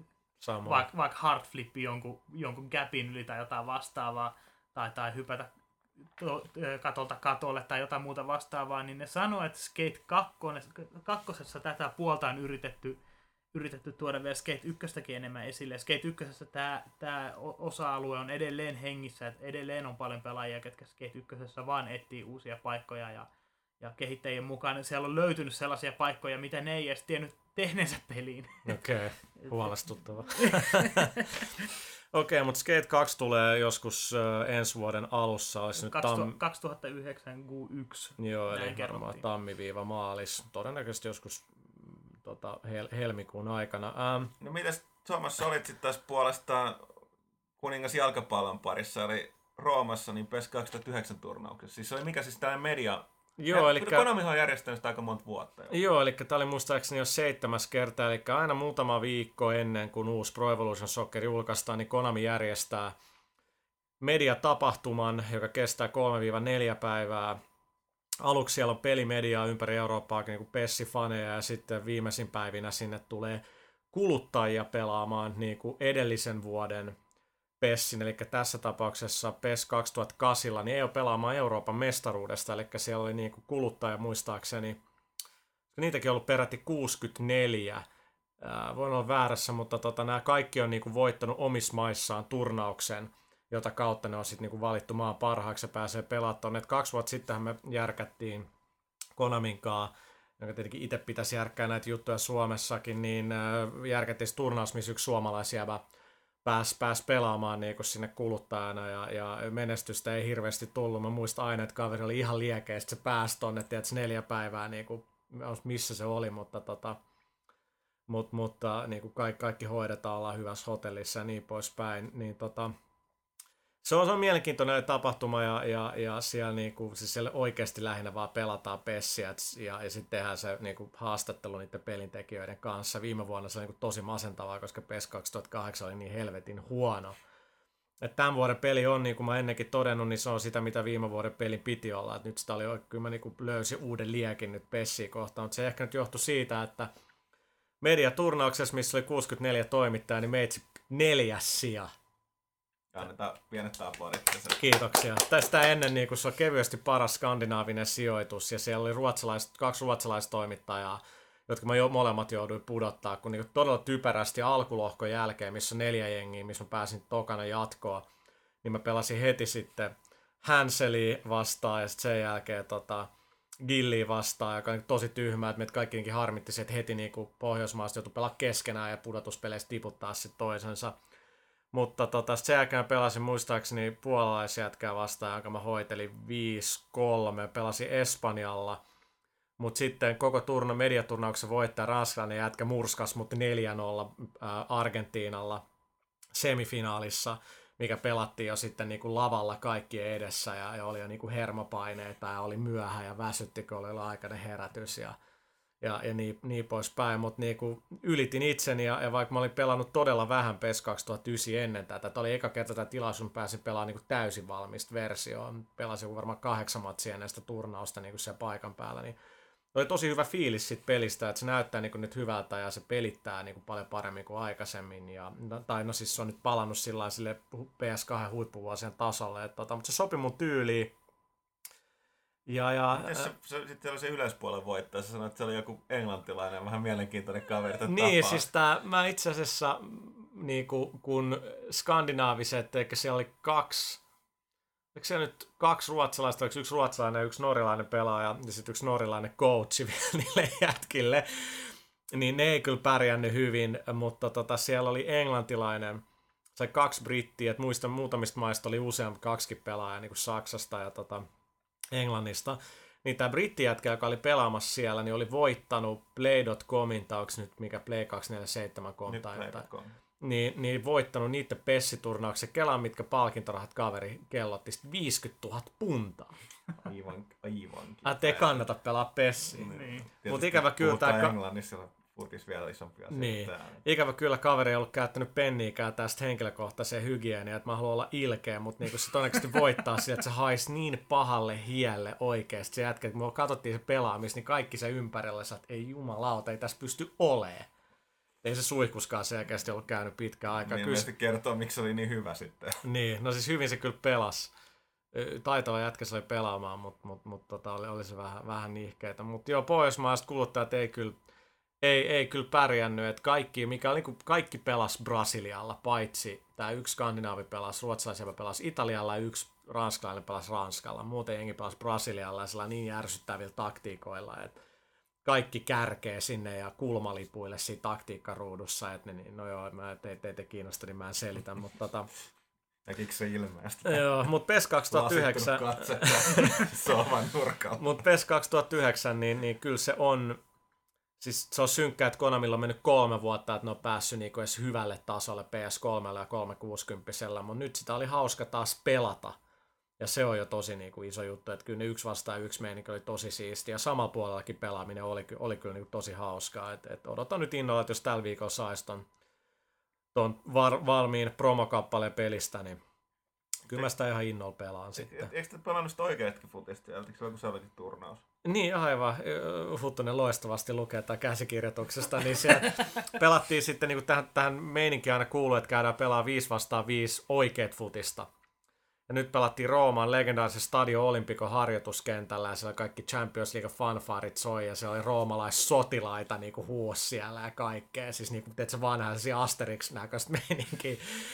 Vaikka vaik hardflippi jonkun, jonkun gapin yli tai jotain vastaavaa, tai, tai hypätä to, katolta katolle tai jotain muuta vastaavaa, niin ne sanoo, että Skate kaksi, kakkosessa tätä puolta on yritetty, yritetty tuoda vielä Skate ykköstäkin enemmän esille. Skate ykkösessä tämä, tämä osa-alue on edelleen hengissä, että edelleen on paljon pelaajia, ketkä Skate ykkösessä vaan etsii uusia paikkoja ja, ja kehittäjien mukaan siellä on löytynyt sellaisia paikkoja, mitä ne ei edes tiennyt tehneensä peliin.
Okei, okay. Huolestuttava. Okei, okay, mutta Skate kaksi tulee joskus uh, ensi vuoden alussa. Olisi nyt tam...
kaksituhattayhdeksän Q yksi.
Joo, eli varmaan tammi-maalis. Todennäköisesti joskus tota, hel- helmikuun aikana. Ähm.
No mitäs Tuomas, olit sitten taas puolestaan kuningas jalkapallon parissa, eli Roomassa, niin P E S kaksituhattayhdeksän turnauksessa. Siis oli mikä siis tällainen media...
Joo, eli...
Konamihan on järjestänyt sitä aika monta vuotta. Jo.
Joo, eli tämä oli muistaakseni jo seitsemäs kerta, eli aina muutama viikko ennen kuin uusi Pro Evolution Soccer julkaistaan, niin Konami järjestää mediatapahtuman, joka kestää kolme neljä päivää. Aluksi siellä on pelimediaa ympäri Eurooppaa, niin kuin PES-faneja, ja sitten viimeisin päivinä sinne tulee kuluttajia pelaamaan niin kuin edellisen vuoden PESin, eli tässä tapauksessa P E S kaksituhattakahdeksan, niin ei ole pelaamaan Euroopan mestaruudesta, eli siellä oli niin kuin kuluttaja muistaakseni, niitäkin on ollut peräti kuusikymmentäneljä, Ää, voin olla väärässä, mutta tota, nämä kaikki on niin kuin voittanut omissa maissaan turnauksen, jota kautta ne on sitten niin kuin valittu maan parhaaksi ja pääsee pelaamaan. Kaksi vuotta sittenhän me järkättiin Konaminkaan, jonka tietenkin itse pitäisi järkkää näitä juttuja Suomessakin, niin ää, järkättiin turnaus, missä yksi suomalaisjävä Pääsi pääs pelaamaan niin sinne kuluttajana ja, ja menestystä ei hirveästi tullut. Mä muistan aina, että kaveri oli ihan liekeä, se pääsi tonne, tiedätkö, neljä päivää, niin kuin, missä se oli, mutta, tota, mut, mutta niin kuin kaikki, kaikki hoidetaan, ollaan hyvässä hotellissa ja niin poispäin. Niin, tota, se, on, se on mielenkiintoinen tapahtuma ja, ja, ja siellä, niin kuin, siis siellä oikeasti lähinnä vaan pelataan pessiä ja, ja sitten tehdään se niin kuin, haastattelu niiden pelintekijöiden kanssa. Viime vuonna se oli niin kuin, tosi masentavaa, koska P E S kaksituhattakahdeksan oli niin helvetin huono. Et tämän vuoden peli on, niin kuin mä ennenkin todennut, niin se on sitä, mitä viime vuoden pelin piti olla. Et nyt sitä oli, kyllä mä niin kuin, löysin uuden liekin nyt Pessiä kohtaan, mutta se ehkä nyt johtui siitä, että mediaturnauksessa, missä oli kuusikymmentäneljä toimittajaa, niin meitsi neljäs sija.
Annetaan pienet aplodit.
Kiitoksia. Tästä ennen niin kun se on kevyesti paras skandinaavinen sijoitus, ja siellä oli ruotsalaiset, kaksi ruotsalaista toimittajaa, jotka mä jo molemmat jouduin pudottaa, kun niin todella typerästi alkulohkon jälkeen, missä on neljä jengiä, missä mä pääsin tokana jatkoa, niin mä pelasin heti sitten Hanseliä vastaan, ja sitten sen jälkeen tota, Gilliä vastaan, joka on tosi tyhmää, että meitä kaikki harmitti, että heti niin Pohjoismaasta joutui pelaa keskenään ja pudotuspeleissä tiputtaa sitten toisensa. Mutta tota, sen jälkeen pelasin muistaakseni puolalaisjätkää vastaan, jonka mä hoitelin viisi kolme, pelasin Espanjalla. Mutta sitten koko turna, mediaturnauksen voittaja ranskalainen jätkä murskas mut neljä nolla ää, Argentiinalla semifinaalissa, mikä pelattiin jo sitten niinku lavalla kaikkien edessä ja, ja oli jo niinku hermopaineita ja oli myöhä ja väsytti, kun oli aikainen herätys ja ja, ja niin, niin poispäin, mutta niinku ylitin itseni ja, ja vaikka mä olin pelannut todella vähän P E S kaksituhattayhdeksän ennen tätä, tämä oli eka kerta tämä tilaisuus, kun pääsin pelaamaan niinku täysin valmista versioon, pelasin varmaan kahdeksan matsia ennen sitä turnausta niinku siellä paikan päällä, niin oli tosi hyvä fiilis siitä pelistä, että se näyttää niinku nyt hyvältä ja se pelittää niinku paljon paremmin kuin aikaisemmin, ja, tai no siis se on nyt palannut sille P S kaksi huippuvuosien tasolle, että, tota, mutta se sopi mun tyyliin. Ja, ja,
Miten se, se, sitten oli se yleispuolen voittaja, sä sanoit, että se oli joku englantilainen, vähän mielenkiintoinen kaveri.
Niin, tapaa. Siis tää, mä itse asiassa, niinku, kun skandinaaviset, eikä siellä oli kaksi, eikö siellä nyt kaksi ruotsalaista, oliko yksi ruotsalainen ja yksi norjalainen pelaaja, ja sitten yksi norjalainen coachi vielä niille jätkille, niin ne ei kyllä pärjännyt hyvin, mutta tota, siellä oli englantilainen, sai kaksi brittiä, että muistan muutamista maista oli useampi kaksikin pelaajaa, niin kuin Saksasta ja tota, Englannista, niin tämä brittijätkä, joka oli pelaamassa siellä, niin oli voittanut Play piste comin, tai onko nyt mikä Play kaksisataaneljäkymmentäseitsemän piste com, tai jotain, niin, niin voittanut niiden pessiturnauksen. Kelaan, mitkä palkintorahat kaveri kellotti, viisikymmentätuhatta puntaa.
Aivan, aivan.
Ah, te kannata pelaa pessiä.
Niin.
Mutta ikävä kyllä tämä...
Englannissa purkis vielä isompi asia.
Niin. Ikävä kyllä kaveri ei ollut käyttänyt penniikään tästä henkilökohtaiseen hygieniaan, että mä haluan olla ilkeä, mutta niinku se todennäköisesti voittaa sillä, että se haisi niin pahalle hielle oikeasti. Se jätkä, kun me katsottiin se pelaamista, niin kaikki se ympärillä, että ei jumalauta, ei tässä pysty olemaan. Ei se suihkuskaan selkeästi ollut käynyt pitkään aikaa.
Niin, kyllä... kertoo, miksi se oli niin hyvä sitten.
Niin, no siis hyvin se kyllä pelasi. Taitava jätkä se oli pelaamaan, mutta mut, mut, tota, oli, oli se vähän, vähän nihkeitä. Mutta joo, pohjoismaalaiset kuluttajat ei kyllä ei, ei kyllä pärjännyt, että kaikki, mikä oli, niin kaikki pelasi Brasilialla, paitsi tämä yksi skandinaavi pelasi, ruotsalaisella pelasi Italialla ja yksi ranskalainen pelasi Ranskalla. Muuten jengi pelasi Brasilialla ja sellainen niin järsyttävillä taktiikoilla, että kaikki kärkee sinne ja kulmalipuille siinä taktiikkaruudussa, että niin, no joo, mä te, teitä kiinnosta, niin mä en selitä, mutta tota...
Näkikö se ilmeistä?
Joo, mutta PES kaksituhattayhdeksän...
Sohvan nurkalla.
Mutta PES kaksituhattayhdeksän, niin, niin kyllä se on... Siis se on synkkää, että Konamilla on mennyt kolme vuotta, että ne on päässyt niinku edes hyvälle tasolle P S kolme ja kolmesataakuusikymmentä, mutta nyt sitä oli hauska taas pelata. Ja se on jo tosi niinku iso juttu, että kyllä ne yksi vastaan yksi meininki oli tosi siistiä. Ja samalla puolellakin pelaaminen oli, oli kyllä niinku tosi hauskaa. Et, et odotan nyt innolla, että jos tällä viikolla saisi ton, ton var, valmiin promokappaleen pelistä, niin kyllä mä sitä ihan innolla pelaan sitten.
Eikö te pelannut sitä oikeatkin futista? Eikö se ole selväkin turnaus?
Niin, aivan. Huttunen loistavasti lukee tämän käsikirjoituksesta. Niin siellä pelattiin sitten, niin kuin tähän, tähän meininkiin aina kuuluu, että käydään pelaa viisi vastaan viisi oikeat futista. Ja nyt pelattiin Rooman legendaarisen Stadio Olimpico harjoituskentällä ja siellä kaikki Champions League fanfarit soi ja siellä oli roomalaissotilaita niin kuin huusi siellä ja kaikkea. Siis niin kuin teetkö vanhaa Asterix-näköistä meininkiä.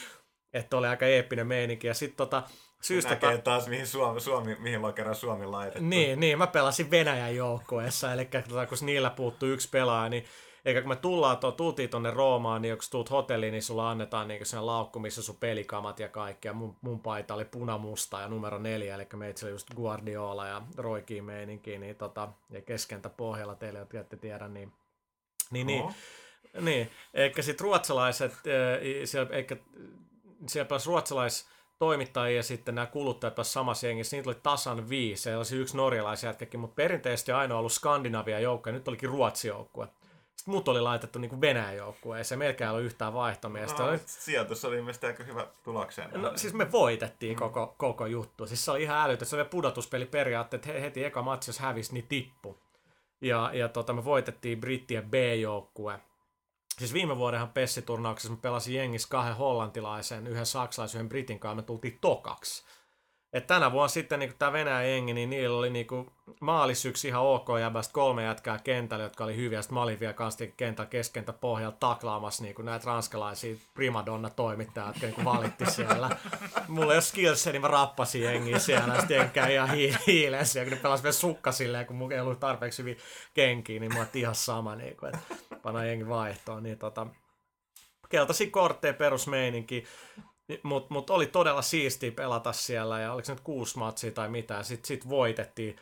Että oli aika eeppinen meininki. Ja sitten tota, syystä...
Näkee taas, mihin, Suomi, Suomi, mihin lokeraan Suomi laitettu.
Niin, niin, mä pelasin Venäjän joukkueessa, eli tota, kun niillä puuttuu yksi pelaaja, niin eikä kun me tullaan, to, tultiin tonne Roomaan, niin kun tuut hotelliin, niin sulla annetaan niin sen laukku, missä sun pelikamat ja kaikkea. Mun, mun paita oli punamusta ja numero neljä, eli meitä oli just Guardiola ja Roikin meininki, niin tota, ja keskentä pohjalla teille, jotka ette tiedä, niin... Niin, niin, niin. Eikä sit ruotsalaiset, siellä, eikä, siellä pääsi ruotsalais toimittajia ja sitten nämä kuluttajat pääsivät samassa jengissä, niitä oli tasan viisi, se olisi yksi norjalaisjätkäkin, mutta perinteisesti on ainoa ollut Skandinavia joukkoja, nyt olikin Ruotsi joukkue. Sitten mut oli laitettu niin kuin Venäjän joukkueen, ei se melkein ollut yhtään vaihtomiestä.
No, sijoitus oli ilmeisesti aika hyvä tulokseen.
No siis me voitettiin mm. koko, koko juttu, siis se oli ihan älytön, se oli pudotuspeli periaatteet, heti eka matsi jos hävisi, niin tippu. Ja, ja tota, me voitettiin brittien B-joukkue. Siis viime vuodenhan Pessiturnauksessa mä pelasin jengissä kahden hollantilaisen, yhden saksalaisen, yhden britin kanssa, me tultiin tokaksi. Et tänä vuonna sitten niin tämä Venäjän jengi, niin niillä oli niin maalis yksi ihan ok jäbästä kolme jätkää kentällä, jotka oli hyviä. Sitten mä olin vielä kanssa kentällä keskentä pohjalla taklaamassa niin näitä ranskalaisia primadonna-toimittajia, jotka niin valitti siellä. Mulla ei ole skillsia, niin mä rappasin jengiä siellä. Sitten jenkään ihan hi- hiilessä. Ja kun ne pelasi vielä sukka silleen, kun mulla ei ollut tarpeeksi hyvin kenkiä, niin mä oon ihan sama, niin kuin, että pannaan jengi vaihtoon. Niin tota, keltaisia kortteja perusmeininki. Mutta mut oli todella siistiä pelata siellä ja oliko se nyt kuusi matsia tai mitä. Sitten sit voitettiin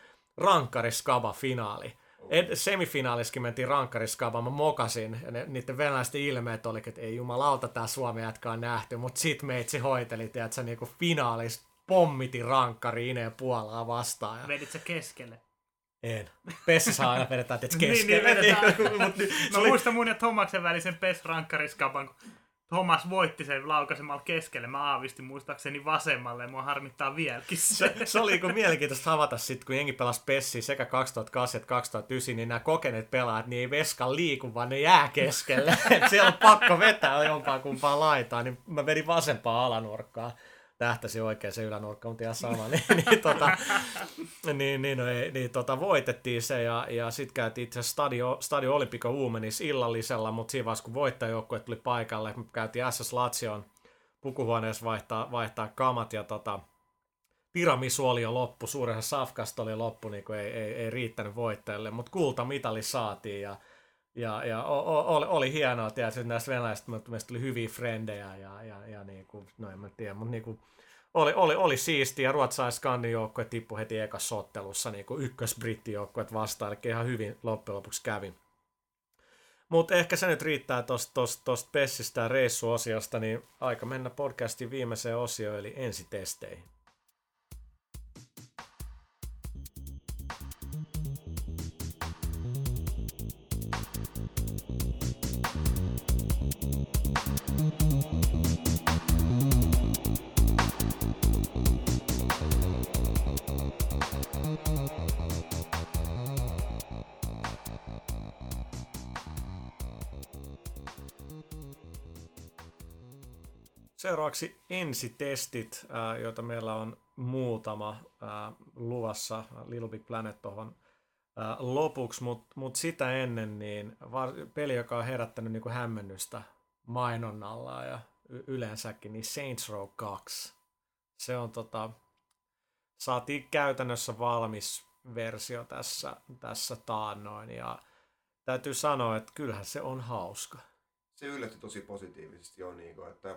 rankkariskaba-finaali. Semifinaalissakin mentiin rankkariskabaan, mä mokasin ja ne, niiden venäläisten ilmeet oli, että ei jumalauta tää Suomi jätkä on nähty, mutta sit meitsi hoiteli, tiedätkö, niinku finaalis pommitin rankkari Ine Puolaa vastaan. Ja...
Vedit sä keskelle?
En. Pessissä aina vedetään tietysti keskelle.
niin, niin vedetään. Mä oli... muistan mun ja Tomaksen välisen Pes-rankkariskaban, kun Thomas voitti sen laukaisemalla keskelle. Mä aavistin muistaakseni vasemmalle ja mua harmittaa vieläkin se.
Se oli kun mielenkiintoista havata sit, kun jengi pelasi Pessiä sekä kaksituhattakahdeksan että kaksituhattayhdeksän, niin nämä kokeneet pelaajat niin ei veskan liiku, vaan ne jää keskelle. Et siellä on pakko vetää jompaa kumpaa laitaa, niin mä vedin vasempaa alanurkkaa. Tähtäsi oikein se ylänurkka, mutta ihan sama. niin, niin, tota, niin, niin, no, ei, niin tota, voitettiin se ja, ja sitten käytiin itse asiassa Stadio, Stadio Olimpico Uumenissa illallisella, mutta siinä vaiheessa kun voittajajoukkue tuli paikalle, me käytiin S S Lazion pukuhuoneessa vaihtaa, vaihtaa kamat ja tota, tiramisu oli jo loppu, suuressa safkasta oli loppu, niin kuin ei, ei, ei riittänyt voittajalle, mutta kultamitali saatiin ja Ja, ja o, o, oli, oli hienoa, että näistä venäläisistä meistä tuli hyviä frendejä ja, ja, ja niin kuin, no en mä tiedä, mutta niin kuin, oli, oli, oli siistiä ja ruotsalais-skandin joukkue tippui heti ekassa ottelussa niin kuin ykkös-brittijoukkueet vastaan, eli ihan hyvin loppujen lopuksi kävi. Mutta ehkä se nyt riittää tuosta Pessistä ja reissuosiosta, niin aika mennä podcastin viimeiseen osioon, eli ensitesteihin. Seuraavaksi ensitestit, joita meillä on muutama luvassa. Little Big Planet tuohon ää, lopuksi, mutta mut sitä ennen niin var, peli, joka on herättänyt niinku hämmennystä mainonnalla ja y- yleensäkin, niin Saints Row kaksi. Se on tota, saatiin käytännössä valmis versio tässä, tässä taannoin ja täytyy sanoa, että kyllähän se on hauska.
Se yllätti tosi positiivisesti jo, niin kuin, että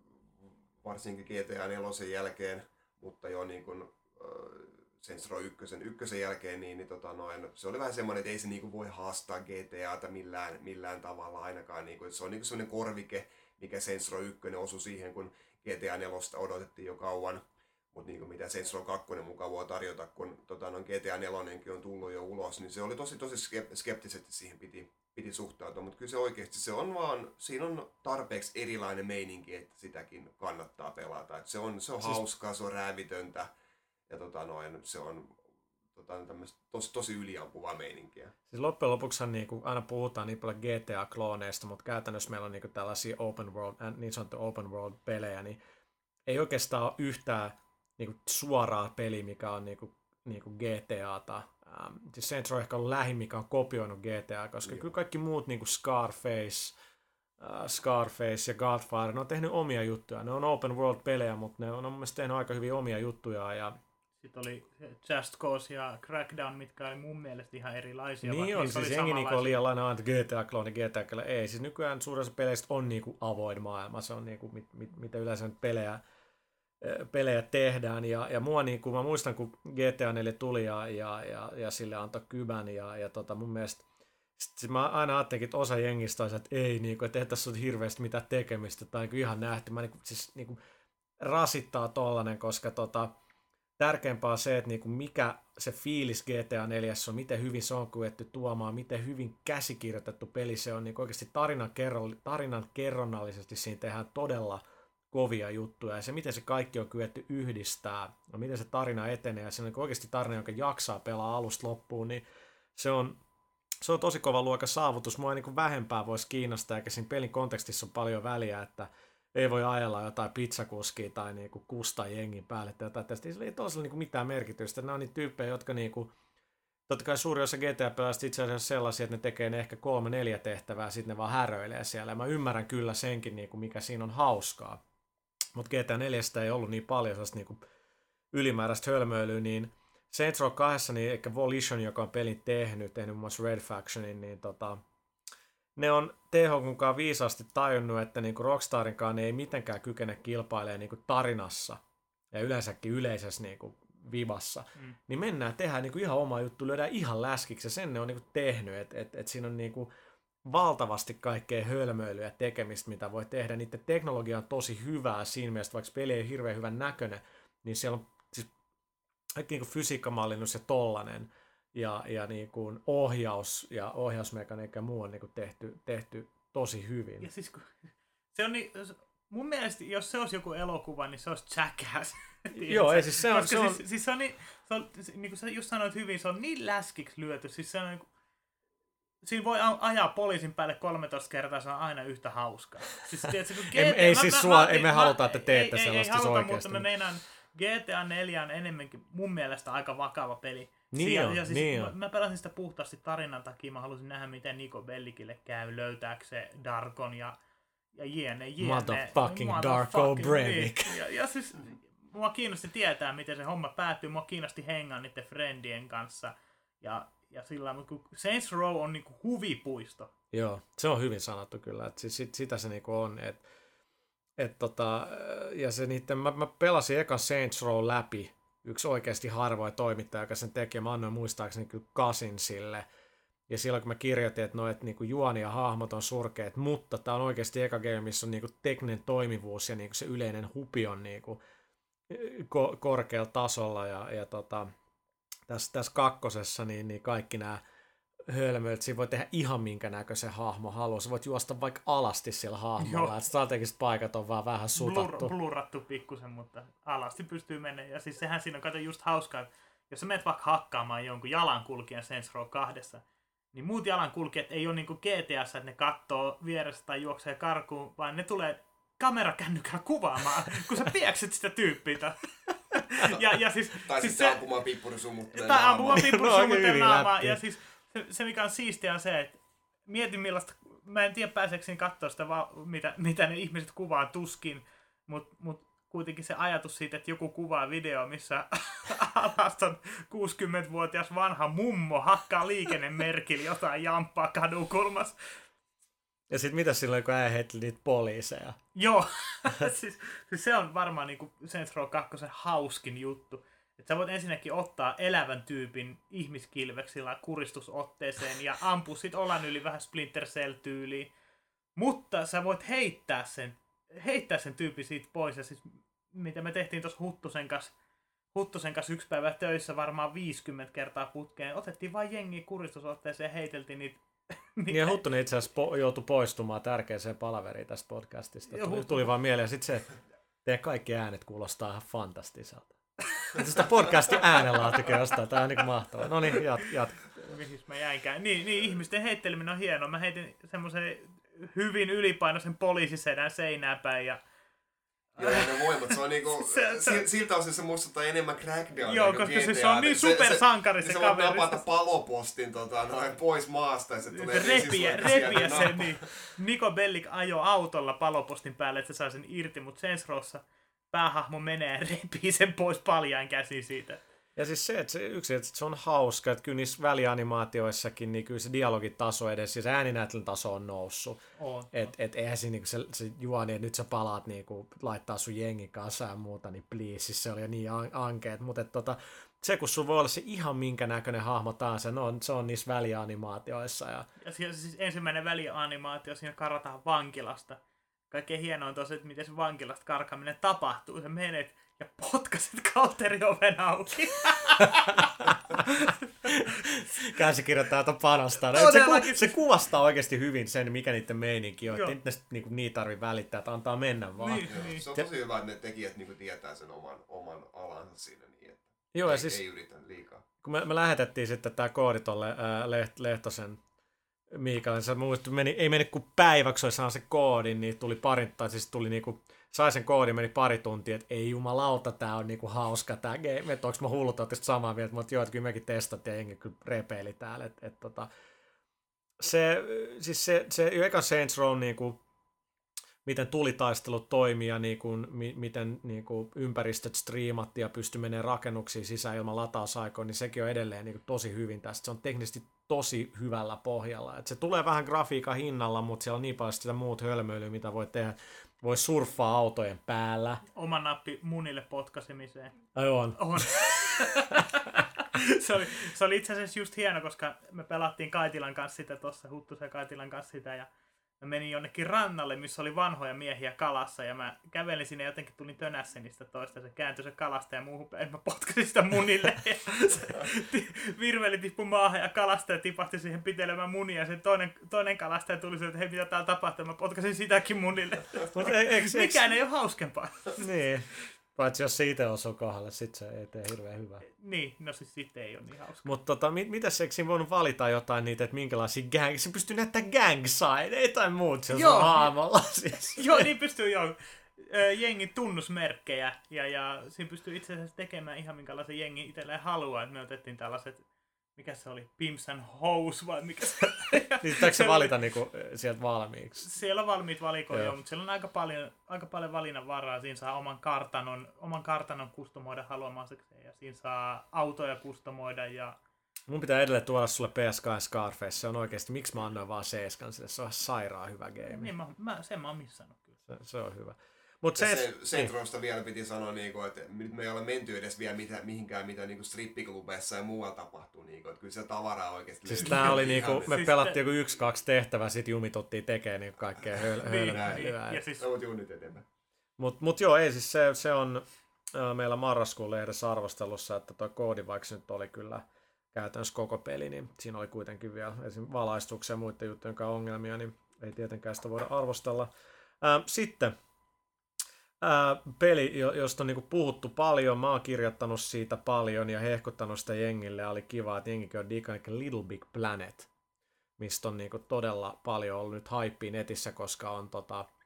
varsinkin G T A neljä jälkeen, mutta jo niin kuin, äh, Saints Row ykkösen, ykkösen jälkeen, niin, niin tota noin, se oli vähän semmoinen, että ei se niin kuin voi haastaa G T A:ta millään, millään tavalla ainakaan. Niin kuin, se on niin kuin semmoinen korvike, mikä Saints Row ykkönen osui siihen, kun G T A neljä odotettiin jo kauan. Mutta niin mitä Saints Row kaksi mukaan voi tarjota, kun tota, no G T A neljä on tullut jo ulos, niin se oli tosi, tosi skeptisesti siihen piti, piti suhtautua. Mutta kyllä se oikeasti se on vaan, siinä on tarpeeksi erilainen meininki, että sitäkin kannattaa pelata. Et se on, se on siis hauskaa, se on räävitöntä ja tota, noin, se on tota, tosi, tosi yliampuvaa meininkiä.
Siis loppujen lopuksi niin kuin aina puhutaan niin paljon G T A-klooneista, mutta käytännössä meillä on niin kuin tällaisia open world, niin sanottu open world-pelejä, niin ei oikeastaan ole yhtään niinku suoraa peli, mikä on niinku, niinku G T A:ta. Ähm, siis Saints Row ehkä on lähin, mikä on kopioinut G T A, koska Joo. kyllä kaikki muut, niinku Scarface, äh, Scarface ja Godfather, ne on tehnyt omia juttuja. Ne on open world-pelejä, mutta ne on mun mielestä tehnyt aika hyvin omia juttuja. Ja
sitten oli Just Cause ja Crackdown, mitkä oli mun mielestä ihan erilaisia.
Niin on, siis jengi niinku on liian laina, että G T A-klooni, G T A-klooni. Ei, siis nykyään suurissa peleistä on niinku avoin maailma. Se on niinku, mit, mit, mitä yleensä pelejä pelejä tehdään, ja, ja mua niin kuin, mä muistan, kun G T A neljä tuli ja, ja, ja, ja sille antoi kybän, ja, ja tota, mun mielestä sit mä aina ajattelin, että osa jengistä olisi, että ei, niin kuin, että ei tässä ole hirveästi mitään tekemistä, tai niin ihan nähty, mä niin kuin, siis niin kuin, rasittaa tollanen, koska tota, tärkeämpää on se, että niin kuin, mikä se fiilis G T A neljä on, miten hyvin se on kyetty tuomaan, miten hyvin käsikirjoitettu peli se on, niin oikeasti tarinan, kerron, tarinan kerronnallisesti siinä tehdään todella kovia juttuja, ja se miten se kaikki on kyetty yhdistää, ja miten se tarina etenee, ja se on oikeasti tarina, joka jaksaa pelaa alusta loppuun, niin se on, se on tosi kova luokan saavutus. Mua ei niin kuin vähempää voisi kiinnostaa, eikä siinä pelin kontekstissa on paljon väliä, että ei voi ajella jotain pizzakuskia tai niin kuin kustaa jengin päälle tai jotain tästä. Ei tosiaan niin kuin mitään merkitystä. Nämä on niitä tyyppejä, jotka niin kuin, totta kai suuri osa G T A-pelaajista itse asiassa sellaisia, että ne tekee ne ehkä kolme neljä tehtävää, sitten ne vaan häröilee siellä, ja mä ymmärrän kyllä senkin, niin kuin mikä siinä on hauskaa. Mutta G T A neljä ei ollut niin paljon sellaista niinku ylimääräistä hölmöilyä, niin Saints Row kaksi, niin eikä Volition, joka on pelin tehnyt, tehnyt muun muassa Red Factionin, niin tota, ne on T H Q:nkaan viisaasti tajunnut, että niinku Rockstarinkaan ei mitenkään kykene kilpailemaan niinku tarinassa ja yleensäkin yleisessä niinku vivassa, mm. niin mennään, tehdään niinku ihan oma juttu, lyödään ihan läskiksi, ja sen ne on niinku tehnyt, että et, et siinä on niinku valtavasti kaikkea hölmöilyä ja tekemistä, mitä voi tehdä. Niiden teknologia on tosi hyvää siinä mielessä, vaikka peli ei ole hirveän hyvän näköinen, niin siellä on siis kaikki niin fysiikkamallinnus ja tollanen, ja, ja niin kuin ohjaus ja ohjausmekaniikka ja muu on niin kuin tehty, tehty tosi hyvin.
Ja siis kun, se on niin, mun mielestä, jos se olisi joku elokuva, niin se olisi Jackass.
Joo, ei siis se on...
Koska
se on...
Siis, siis se on niin, se on, niin kuin sä just sanoit hyvin, se on niin läskiksi lyöty, siis se on niin kuin, siinä voi ajaa poliisin päälle kolmetoista kertaa, se on aina yhtä hauskaa. Siis, tiedätkö, G T A,
ei, ei
mä,
siis
mä,
sua,
mä,
ei me
mä,
haluta, että teette
ei,
sellaista
ei, ei haluta,
oikeasti.
Mutta mä meinaan, G T A neljä on enemmänkin mun mielestä aika vakava peli.
Niin
Siin,
on,
ja siis
niin
mä,
on.
mä pelasin sitä puhtaasti tarinan takia, mä halusin nähdä, miten Niko Bellicille käy, löytääkö se Darkon ja, ja jne, jne.
Motherfucking Darko Breivik.
Ja, ja siis mua kiinnosti tietää, miten se homma päättyy, mua kiinnosti hengaa niiden friendien kanssa. Ja, ja sillä kun Saints Row on niinku huvipuisto.
Joo, se on hyvin sanottu kyllä, että sit, sitä se niinku on, että et tota, ja se niitten, mä, mä pelasin ekan Saints Row läpi, yksi oikeasti harvoin toimittaja, joka sen teki, ja mä annoin muistaakseni kyllä kasin sille, ja silloin kun mä kirjoitin, että no, et niinku juoni ja hahmot on surkeet, mutta tää on oikeasti eka game, missä on niinku tekninen toimivuus ja niinku se yleinen hupi on niinku ko- korkealla tasolla, ja, ja tota, tässä, tässä kakkosessa niin, niin kaikki nämä hölmöt, siinä voi tehdä ihan minkä näköisen hahmo haluaa. Sä voit juosta vaikka alasti siellä hahmolla, että strategiset paikat on vaan vähän sutattu.
Blur, blurrattu pikkusen, mutta alasti pystyy menemään. Ja siis sehän siinä on kato just hauskaa, että jos sä menet vaikka hakkaamaan jonkun jalankulkijan Saints Row kahdessa, niin muut jalankulkijat ei ole niin kuin G T A:ssa, että ne kattoo vieressä tai juoksee karkuun, vaan ne tulee kamerakännykällä kuvaamaan, kun sä piekset sitä tyyppiä. ja, ja siis,
tai
siis
sitten
se,
ampumaan pippurisummutteleen
tai
naamaa.
ampumaan pippurisummutteleen
No,
naamaa.
hyvin
Ja siis se, se, mikä on siistiä on se, että mietin millaista, mä en tiedä pääseekö siinä katsoa sitä, va, mitä, mitä ne ihmiset kuvaa tuskin, mutta mut kuitenkin se ajatus siitä, että joku kuvaa video, missä alasta on kuusikymmentävuotias vanha mummo hakkaa liikennemerkillä jotain jamppaa kadukulmassa.
Ja sit mitä silloin, kun äijä heitteli niitä poliiseja?
Joo, siis, siis se on varmaan niinku Saints Row kaksi hauskin juttu. Että sä voit ensinnäkin ottaa elävän tyypin ihmiskilveksillä kuristusotteeseen ja ampua sit olan yli vähän Splinter Cell-tyyliin. Mutta sä voit heittää sen, heittää sen tyypin siitä pois. Ja siis, mitä me tehtiin tuossa Huttusen kanssa, Huttusen kanssa yksi päivä töissä varmaan viisikymmentä kertaa putkeen. Otettiin vain jengiä kuristusotteeseen ja heiteltiin niitä.
Niin ja Huttunen itse asiassa po- joutui poistumaan tärkeäseen palaveriin tästä podcastista. Tuli, Huttu... tuli vaan mieleen sitten se, että teidän kaikki äänet kuulostaa ihan fantastiselta. Sitä podcastin äänenlaatukin jostain, tää on niin mahtavaa. No niin, jat, jat.
Mihin mä jäinkään? Niin, niin, ihmisten heitteleminen on hienoa. Mä heitin semmoisen hyvin ylipainoisen poliisisedän seinään päin ja...
Joo, ja ne voimat, se on niinku,
se, se,
siltä osin se muistuttaa enemmän Crackdownia.
Joo, koska se, se on niin supersankari se,
se, se
kaveri.
Se voi napata palopostin tota, noin pois maasta ja se tulee
repiä, repiä sen, niin. Niko Bellic ajoi autolla palopostin päälle, että se saa sen irti, mutta Saints Rowssa päähahmo menee ja repii sen pois paljain käsin siitä.
Ja siis se, että se, yksi, että se on hauska, että kyllä niissä välianimaatioissakin, niin kyllä se dialogitaso edes, siis ääninäyttelyn taso on noussut.
On.
Että et eihän siinä niinku se, se juoni, että nyt sä palaat niinku, laittaa sun jengin kasaan ja muuta, niin please, siis se oli jo niin an- ankeet. Mutta tota, se, kun sulla voi olla se ihan minkä näköinen hahmo taas, no, se on niissä välianimaatioissa. Ja,
ja siis ensimmäinen välianimaatio, siinä karataan vankilasta. Kaikkein hienoa on tosiaan, että miten se vankilasta karkaaminen tapahtuu. Sä menet ja potkaset kalterioven auki.
Käsikirjoittajat on panostanut. Se, ku, se kuvastaa oikeasti hyvin sen, mikä niiden meininki on. Että nyt niinku, niin tarvii välittää, että antaa mennä vaan.
Niin, niin.
Se on tosi hyvä, että ne tekijät niinku tietää sen oman, oman alansa siinä niin, että
Joo,
ei,
siis,
ei yritä liikaa.
Kun me, me lähetettiin sitten tämä koodi tolle ää, Leht, Lehtosen Miikalle, se muistui, meni, ei mennyt kuin päiväksi, olisi saanut se koodin, niin tuli pari, tai siis tuli niinku, sai sen koodin, meni pari tuntia, että ei jumalauta, tää on niinku hauska tää game, että onks mä hullut, ootteko samaa mieltä, mutta joo, että kyllä mekin testattiin ja jengi kyllä repeili täällä, että et, tota, se, siis se, se eka Saints Row, niinku, miten tulitaistelut toimii ja niinku, mi, miten niinku, ympäristöt striimattiin ja pystyi menemään rakennuksiin sisään ilman latausaikoja, niin sekin on edelleen niinku, tosi hyvin tästä. Se on teknisesti tosi hyvällä pohjalla. Et se tulee vähän grafiikan hinnalla, mutta siellä on niin paljon sitä muut hölmöilyä, mitä voi tehdä. Voi surffaa autojen päällä.
Oma nappi munille potkasemiseen.
Ai on.
On. se, oli, se oli itse asiassa just hieno, koska me pelattiin Kaitilan kanssa sitä tuossa, Huttusen Kaitilan kanssa sitä, ja mä menin jonnekin rannalle, missä oli vanhoja miehiä kalassa, ja mä kävelin sinne ja jotenkin tulin tönässenistä toista, se kääntyi se kalasta ja muuhun päin, mä potkasin sitä munille, ja se virveli tippui maahan, ja kalastaja tipahti siihen pitelemään munia, ja se toinen, toinen kalastaja tuli siihen, että hei, mitä täällä tapahtuu, mä potkasin sitäkin munille. Mikään ei ole hauskempaa.
Niin. Paitsi jos se itse osuu kohdalle, sit se ei tee hirveän hyvää.
Niin, no siis sitten ei ole niin hauska.
Mutta tota, mit, mitäs eikö siinä voinut valita jotain niitä, että minkälaisia gang... Se pystyy näyttämään gang sign, ei tai muut siellä sun haamolla. Siis.
Joo, niin pystyy joo. Jengin tunnusmerkkejä, ja, ja siinä pystyy itse asiassa tekemään ihan minkälaisen jengin itselleen haluaa. Että me otettiin tällaiset, mikä se oli, Pimps and Hoes, vai mikä se oli?
Niin pitääkö se valita niinku sieltä valmiiksi?
Siellä on valmiit valikoja, mutta siellä on aika paljon, aika paljon valinnan varaa. Siinä saa oman kartanon, oman kartanon kustomoida haluamasekseen, ja siinä saa autoja kustomoida. Ja...
Mun pitää edelleen tuoda sulle P S kaksi Scarface, se on oikeesti, miksi mä annoin vaan seiskan sille, se on sairaan hyvä game.
Niin, mä, mä, sen mä oon missannut kyllä.
Se, se on hyvä. Mut
se,
se,
Saints Rowsta vielä piti sanoa, niinku, että nyt me ei ole menty edes vielä mitä, mihinkään, mitä niinku strippiklubeissa ja muualla tapahtuu. Niinku, että kyllä se tavaraa oikeasti
siis
löytyy.
tää oli niinku, me
siis
pelattiin
te...
joku yksi, kaksi tehtävää, sit jumituttiin tekemään niinku kaikkea höl-
niin,
hölmöilyä.
niin, ja siis...
Mut, mut joo, ei siis se, se on äh, meillä marraskuun lehdessä arvostelussa, että toi koodi, vaikka se nyt oli kyllä käytännössä koko peli, niin siinä oli kuitenkin vielä esimerkiksi valaistuksia ja muiden juttujen kanssa ongelmia, niin ei tietenkään sitä voida arvostella. Äh, sitten Ää, peli, josta on niinku puhuttu paljon, mä oon kirjoittanut siitä paljon ja hehkuttanut sitä jengille, ja oli kiva, että jengikin on digannut Little Big Planet, mistä on niinku todella paljon ollut nyt hypea netissä, koska on tota,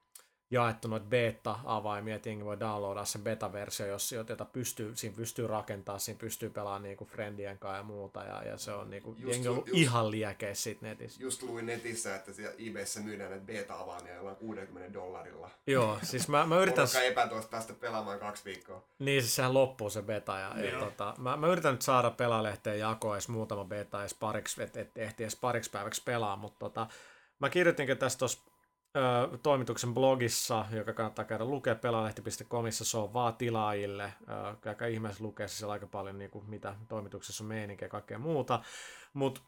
jaettu noita beta-avaimia, että jengi voi downloadaa sen beta-versio, jos, jota pystyy, siinä pystyy rakentamaan, siinä pystyy pelaamaan niinku friendien kanssa ja muuta, ja, ja se on niinku,
Just-
jengi on ollut
just-
ihan liekeissä siitä netissä.
Just luin netissä, että siellä eBayssä myydään näitä beta-avaimia jollain kuusikymmentä dollarilla.
Joo, siis mä, mä yritän...
Porukka epätoista päästä pelaamaan kaksi viikkoa.
Niin, siis sehän loppuu se beta, ja, ja tota, mä, mä yritän nyt saada Pelaalehteen jakoa edes muutama beta edes pariksi, että et ehti edes pariksi päiväksi pelaa, mutta tota, mä kirjoitinkin tästä tuossa ö, toimituksen blogissa, joka kannattaa käydä lukea pelaalehti piste comissa, se on vaan tilaajille, ö, käykää ihmeessä lukea siellä aika paljon niin kuin, mitä toimituksessa on meininkiä ja kaikkea muuta, mutta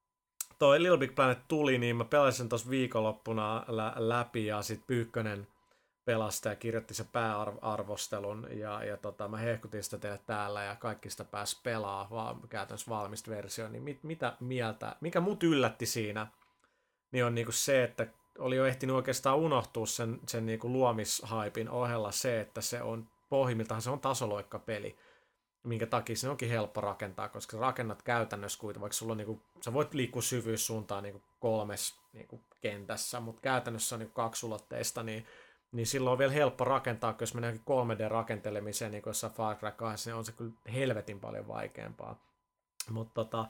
toi Little Big Planet tuli, niin mä pelasin tuossa viikonloppuna lä- läpi, ja sit Pyykkönen pelasta ja kirjoitti se pääarvostelun, ja, ja tota, mä hehkutin sitä teille täällä, ja kaikki sitä pääsi pelaa, vaan käytännössä valmista versiota, niin mit, mitä mieltä, mikä mut yllätti siinä, niin on niinku se, että oli jo ehtinyt oikeastaan unohtua sen, sen niinku luomishaipin ohella se, että se on pohjimmiltaan se on tasoloikkapeli, minkä takia se onkin helppo rakentaa, koska rakennat käytännössä kuitenkin, vaikka sulla on niinku, sä voit liikkua syvyyssuuntaan niinku kolmes niinku kentässä, mutta käytännössä on niinku kaksulotteista, niin niin silloin on vielä helppo rakentaa, kun jos menee kolme D-rakentelemiseen, niin kuin jossain Far Cry kaksi, niin on se kyllä helvetin paljon vaikeampaa. Mutta tota,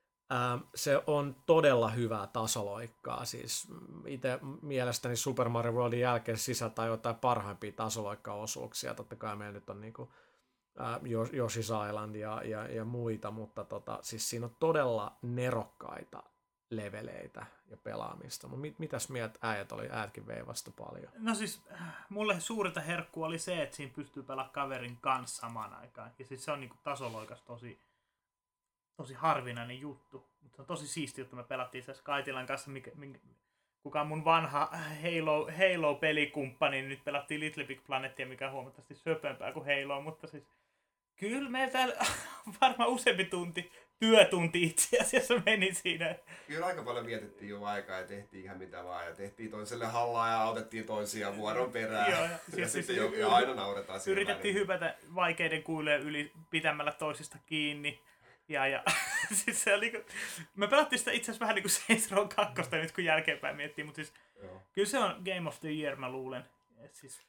ää, se on todella hyvää tasoloikkaa. Siis itse mielestäni Super Mario Worldin jälkeen se sisältää jotain parhaimpia tasoloikkaosuuksia. Totta kai meillä nyt on niinku, ää, Yoshi's Island ja, ja, ja muita, mutta tota, siis siinä on todella nerokkaita leveleitä ja pelaamista. Mutta mit, mitäs mieltä äijät oli? Äijätkin vei vasta paljon.
No siis mulle suurinta herkkua oli se, että siinä pystyy pelaamaan kaverin kanssa samaan aikaan. Ja siis se on niinku tasoloikas tosi, tosi harvinainen juttu. Mutta se on tosi siisti juttu. Me pelattiin tässä Kaitilan kanssa, mikä, mikä, kuka on mun vanha Halo, Halo-pelikumppani, niin nyt pelattiin Little Big Planetia, mikä on huomattavasti söpömpää kuin Halo, mutta siis kyllä meillä täällä varmaan useampi tunti, työtunti itse asiassa meni siinä.
Kyllä aika paljon vietettiin jo aikaa ja tehtiin ihan mitä vaan. Ja tehtiin toiselle hallaa ja autettiin toisia vuoron perään.
Joo, ja,
ja
siis,
sitten
siis,
jo, ja aina nauretaan siinä
yritettiin
välillä.
hypätä vaikeiden kuilujen yli pitämällä toisista kiinni. Ja, ja siis se oli, me pelattiin sitä itse asiassa vähän niin kuin Saints Row kaksi nyt kun jälkeenpäin miettii, mutta siis
Joo.
kyllä se on Game of the Year, mä luulen. Et siis,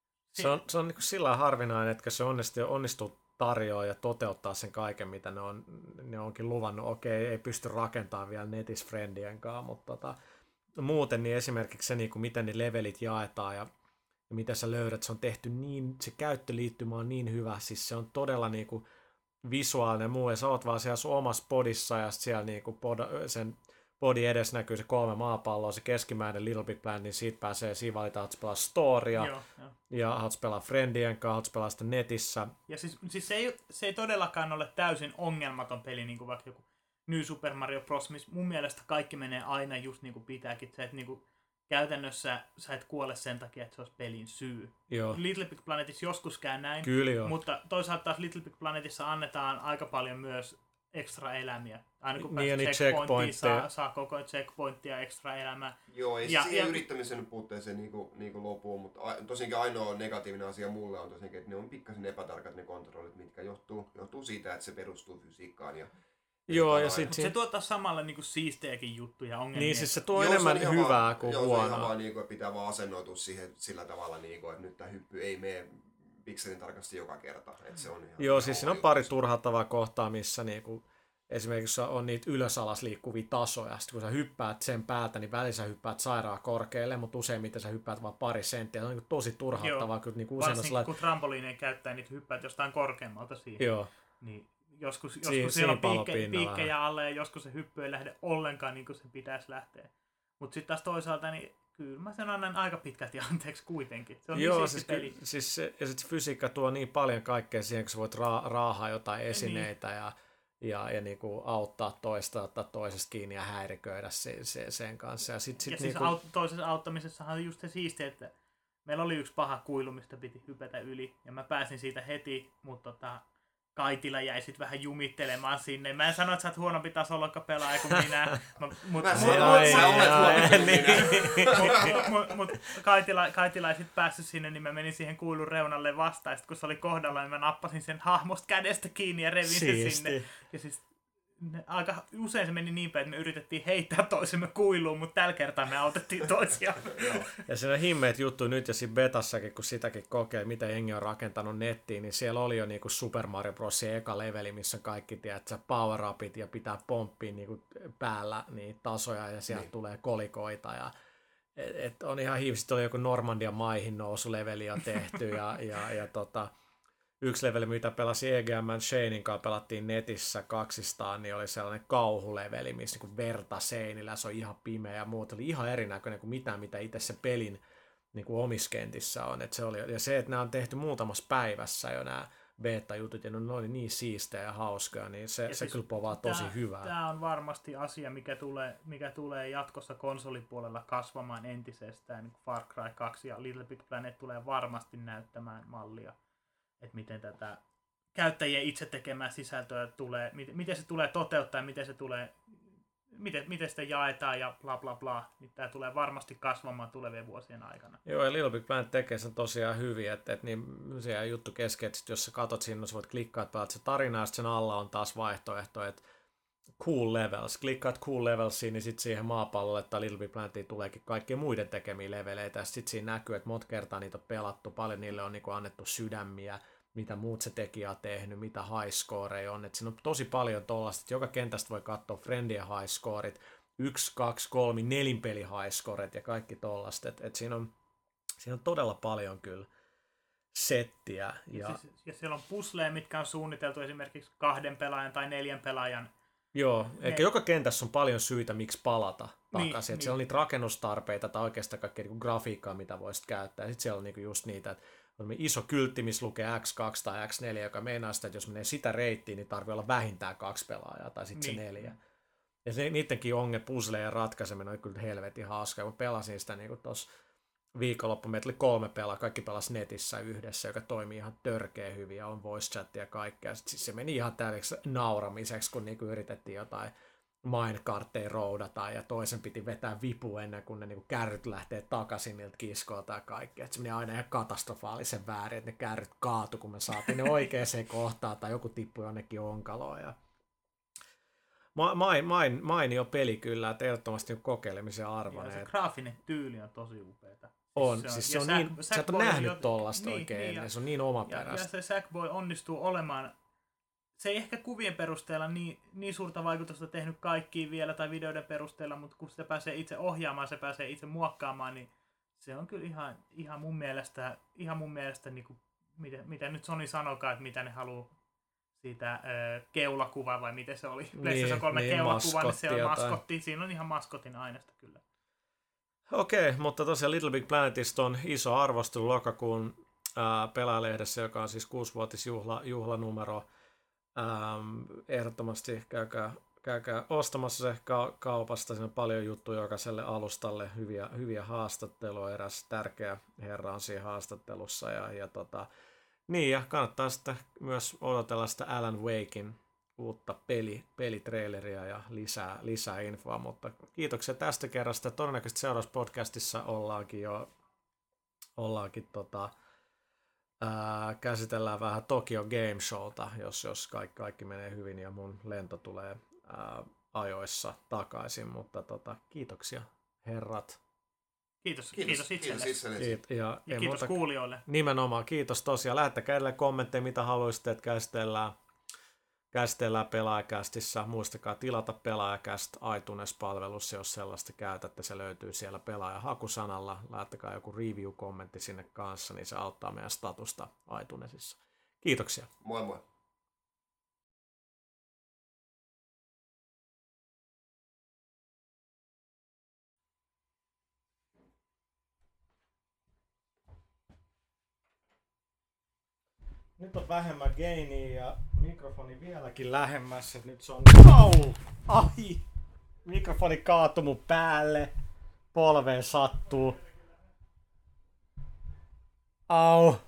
Se on, se on niin sillä harvinainen, että se onnistuu, onnistuu tarjoaa ja toteuttaa sen kaiken, mitä ne, on, ne onkin luvannut. Okei, ei pysty rakentamaan vielä netissä friendien kanssa, mutta tota, muuten niin esimerkiksi se, niin kuin miten ne levelit jaetaan ja, ja mitä sä löydät, se on tehty niin, se käyttöliittymä on niin hyvä, siis se on todella niin kuin visuaalinen ja muu, ja sä oot vaan siellä sun omassa podissa, ja siellä niin kuin pod, sen podin edessä näkyy se kolme maapalloa, se keskimmäinen Little Big Planet, niin siitä pääsee, siinä valitaan, että pelaa storya,
joo, joo.
ja haluat pelaa friendien kanssa, haluat pelaa sitä netissä.
Ja siis, siis se, ei, se ei todellakaan ole täysin ongelmaton peli, niin kuin vaikka joku New Super Mario Bros. Missä mun mielestä kaikki menee aina just niin kuin pitääkin. Se, että niin kuin käytännössä sä et kuole sen takia, että se olisi pelin syy.
Joo.
Little Big Planetissa joskus käy näin,
Kyllä joo.
mutta toisaalta taas Little Big Planetissa annetaan aika paljon myös extra elämiä. Aina kun
Niin,
pääsee
niin
checkpointtiin,
checkpointteja.
saa, saa koko checkpointtia extra elämää.
Joo, ei
Ja-
ja, siihen
ja-
yrittämisen puutteeseen niinku, niinku lopuu, mutta a, tosiaankin ainoa negatiivinen asia mulle on tosiaankin, että ne on pikkasen epätarkat ne kontrollit, mitkä johtuu, johtuu siitä, että se perustuu fysiikkaan. Ja,
Joo, ja
ja
sit
Mutta se
siinä,
tuottaa samalla niinku siistejäkin juttuja ongelmia.
niin siis se tuo
Joo, se
enemmän
on ihan
hyvää
vaan,
kuin
joo, se on ihan
huonoa.
vaan niinku, että pitää vaan asennoitua siihen sillä tavalla, niinku, että nyt tämä hyppy ei mene pikselin tarkasti joka kerta. Että se on ihan,
Joo,
ihan
siis siinä on
oma
pari
juttu.
turhauttavaa kohtaa, missä niinku, esimerkiksi on niitä ylös-alas liikkuvia tasoja. Sitten kun sä hyppäät sen päältä, niin välissä hyppäät sairaan korkealle, mutta useimmiten sä hyppäät vaan pari senttiä. Se on niinku tosi turhauttavaa, kun niinku usein on
varsinkin
sellainen...
kun trampoliineja käyttää, niin hyppäät jostain korkeammalta siihen.
Joo,
Niin joskus, joskus
Siin-
siellä on
siinä
piikke,
palopinnalla.
piikkejä alle ja joskus se hyppy ei lähde ollenkaan niin kuin se pitäisi lähteä. Mutta sitten taas toisaalta, niin kyllä mä sen annan aika pitkälti anteeksi kuitenkin. Se on
Joo
niin
siis,
siisti peli.
ky- siis se, ja sit se fysiikka tuo niin paljon kaikkea siihen, kun sä voit ra- raahaa jotain esineitä ja, ja, ja niinku auttaa toista, ottaa toisesta kiinni ja häiriköidä se, se, sen kanssa. Ja, sit, sit
Ja siis
niinku,
aut- toisessa auttamisessahan on just se siistiä, että meillä oli yksi paha kuilu, mistä piti hypätä yli. Ja mä pääsin siitä heti, mutta tota, Kaitila jäi sit vähän jumittelemaan sinne. Mä en sano, että sä oot huonompi tasolla pelaaja kuin minä. Mut, mut,
Mä
mut-
sanoin, että sä
Ai,
olet
ai,
huonompi kuin
niin.
minä.
Mut, mut Kaitila, Kaitila ei sit päässyt sinne, niin mä menin siihen kuilun reunalle vastaan. Ja sit kun se oli kohdalla, niin mä nappasin sen hahmosta kädestä kiinni ja revin sen sinne.
siisti.
Ja siis aika usein se meni niin päin, että me yritettiin heittää toisemme kuiluun, mutta tällä kertaa me autettiin toisiaan.
Ja siinä on himmeet juttu nyt ja siinä betassakin, kun sitäkin kokee, mitä jengi on rakentanut nettiin, niin siellä oli jo niinku Super Mario Bros. Eka leveli, missä kaikki tiedät, power-upit ja pitää pomppia niinku päällä niin tasoja ja sieltä niin tulee kolikoita. Ja, et, et on ihan hiivisesti, oli joku Normandian maihin nousuleveli jo tehty ja, ja, ja tota, yksi leveli, mitä pelasi E G M Shanein kanssa, pelattiin netissä kaksistaan, niin oli sellainen kauhuleveli, missä niin verta seinillä, se on ihan pimeä ja muuta. Oli ihan erinäköinen kuin mitään, mitä itse se pelin niin kuin omissa kentissä on. Et se oli, ja se, että nämä on tehty muutamassa päivässä jo nämä beta-jutut, ja ne oli niin siistejä ja hauskoja, niin se,
ja
se
siis
kyllä povaa tosi
tää,
hyvää.
Tämä on varmasti asia, mikä tulee, mikä tulee jatkossa konsolipuolella kasvamaan entisestään. Niin Far Cry kaksi ja Little Big Planet tulee varmasti näyttämään mallia, että miten tätä käyttäjien itse tekemää sisältöä tulee, miten, miten se tulee toteuttaa, miten se tulee, miten, miten sitä jaetaan ja bla bla bla, niin tämä tulee varmasti kasvamaan tulevien vuosien aikana.
Joo, ja Little Big Planet tekee sen tosiaan hyvin, että, että niin se jää juttu kesken, että jos sä katot sinne, sä voit klikkaa, että pelat se tarina, ja sen alla on taas vaihtoehto, että cool levels, klikkaat cool levelsiin, niin sitten siihen maapallolle tai Little Big Planetiin tuleekin kaikkien muiden tekemiä leveleitä, ja sitten siinä näkyy, että monta kertaa niitä on pelattu, paljon niille on niinku annettu sydämiä, mitä muut se tekijä on tehnyt, mitä high scoreja on, että siinä on tosi paljon tollaista, että joka kentästä voi katsoa friendien high scoret, yksi, kaksi, kolme, nelinpeli high scoret ja kaikki tollaista, että et siinä, on, siinä on todella paljon kyllä settiä. Ja,
ja, siis, ja siellä on puzzleja, mitkä on suunniteltu esimerkiksi kahden pelaajan tai neljän pelaajan.
Joo, eikä
ne...
joka kentässä on paljon syitä, miksi palata
niin,
takaisin. Niin.
Niin.
Siellä on niitä rakennustarpeita tai oikeastaan kaikkea niin grafiikkaa, mitä voisit käyttää. Sitten siellä on niin just niitä, että on iso kyltti, missä lukee X kaksi tai X neljä, joka meinaa sitä, että jos menee sitä reittiin, niin tarvii olla vähintään kaksi pelaajaa tai sitten niin. se neljä. Ja se, niidenkin onge puzzlejen ratkaiseminen on kyllä helvetin hauska. Mä pelasin sitä niin tuossa viikonloppu, meitä oli kolme pelaa, kaikki pelas netissä yhdessä, joka toimii ihan törkeä hyvin ja on voice chattia ja kaikkea. Sitten siis se meni ihan täydeksi nauramiseksi, kun niinku yritettiin jotain minecartteja roudata ja toisen piti vetää vipu ennen kuin ne niinku kärryt lähtee takaisin niiltä kiskoilta ja kaikkea. Et se meni aina ihan katastrofaalisen väärin, että ne kärryt kaatu, kun me saatiin ne oikeaan kohtaan tai joku tippui jonnekin onkaloon. Ja main, main, mainio peli kyllä, että ehdottomasti kokeilemisen arvoinen.
Ja se graafinen tyyli on tosi upeata.
On, siis se on, siis se on sä, niin, sä et ole nähnyt jo, tollasta niin, oikein, niin, ja, se on niin omaperäistä.
Ja, ja se Sackboy onnistuu olemaan, se ei ehkä kuvien perusteella niin, niin suurta vaikutusta tehnyt kaikkiin vielä tai videoiden perusteella, mutta kun sitä pääsee itse ohjaamaan, se pääsee itse muokkaamaan, niin se on kyllä ihan, ihan mun mielestä, ihan mun mielestä niin kuin, mitä, mitä nyt Sony sanokaa, että mitä ne haluaa siitä äh, keulakuva vai miten se oli, PlayStation
niin,
kolme
niin,
keulakuva, niin se on maskotti, siinä on ihan maskotin aineesta kyllä.
Okei, mutta tosiaan Little Big Planetista on iso arvostelu lokakuun ää, pelaajalehdessä, joka on siis kuusivuotisjuhla juhlanumero. Ähm, ehdottomasti käykää, käykää ostamassa se ka- kaupasta, siinä on paljon juttuja jokaiselle alustalle, hyviä, hyviä haastatteluja, eräs tärkeä herra on siinä haastattelussa. Ja, ja tota, niin, ja kannattaa sitten myös odotella sitä Alan Wakein uutta peli, pelitraileria ja lisää, lisää infoa, mutta kiitoksia tästä kerrasta. Todennäköisesti seuraavassa podcastissa ollaankin jo ollaankin tota, ää, käsitellään vähän Tokyo Game Showta, jos, jos kaikki, kaikki menee hyvin ja mun lento tulee ää, ajoissa takaisin, mutta tota, kiitoksia herrat.
Kiitos, kiitos, kiitos itsellesi.
Kiit, ja,
ja kiitos muuta, kuulijoille.
Nimenomaan, kiitos tosiaan. Lähettäkää edelleen kommentteja, mitä haluaisitte, että käsitellään. Käsitellään Pelaajakästissä. Muistakaa tilata Pelaajakäst iTunes-palvelussa, jos sellaista käytätte. Se löytyy siellä pelaajahakusanalla. Laittakaa joku review-kommentti sinne kanssa, niin se auttaa meidän statusta iTunesissa. Kiitoksia.
Moi moi.
Nyt on vähemmän gainia ja mikrofoni vieläkin lähemmässä. Nyt se on... Au! Ai! Mikrofoni kaatui mun päälle. Polveen sattuu. Au!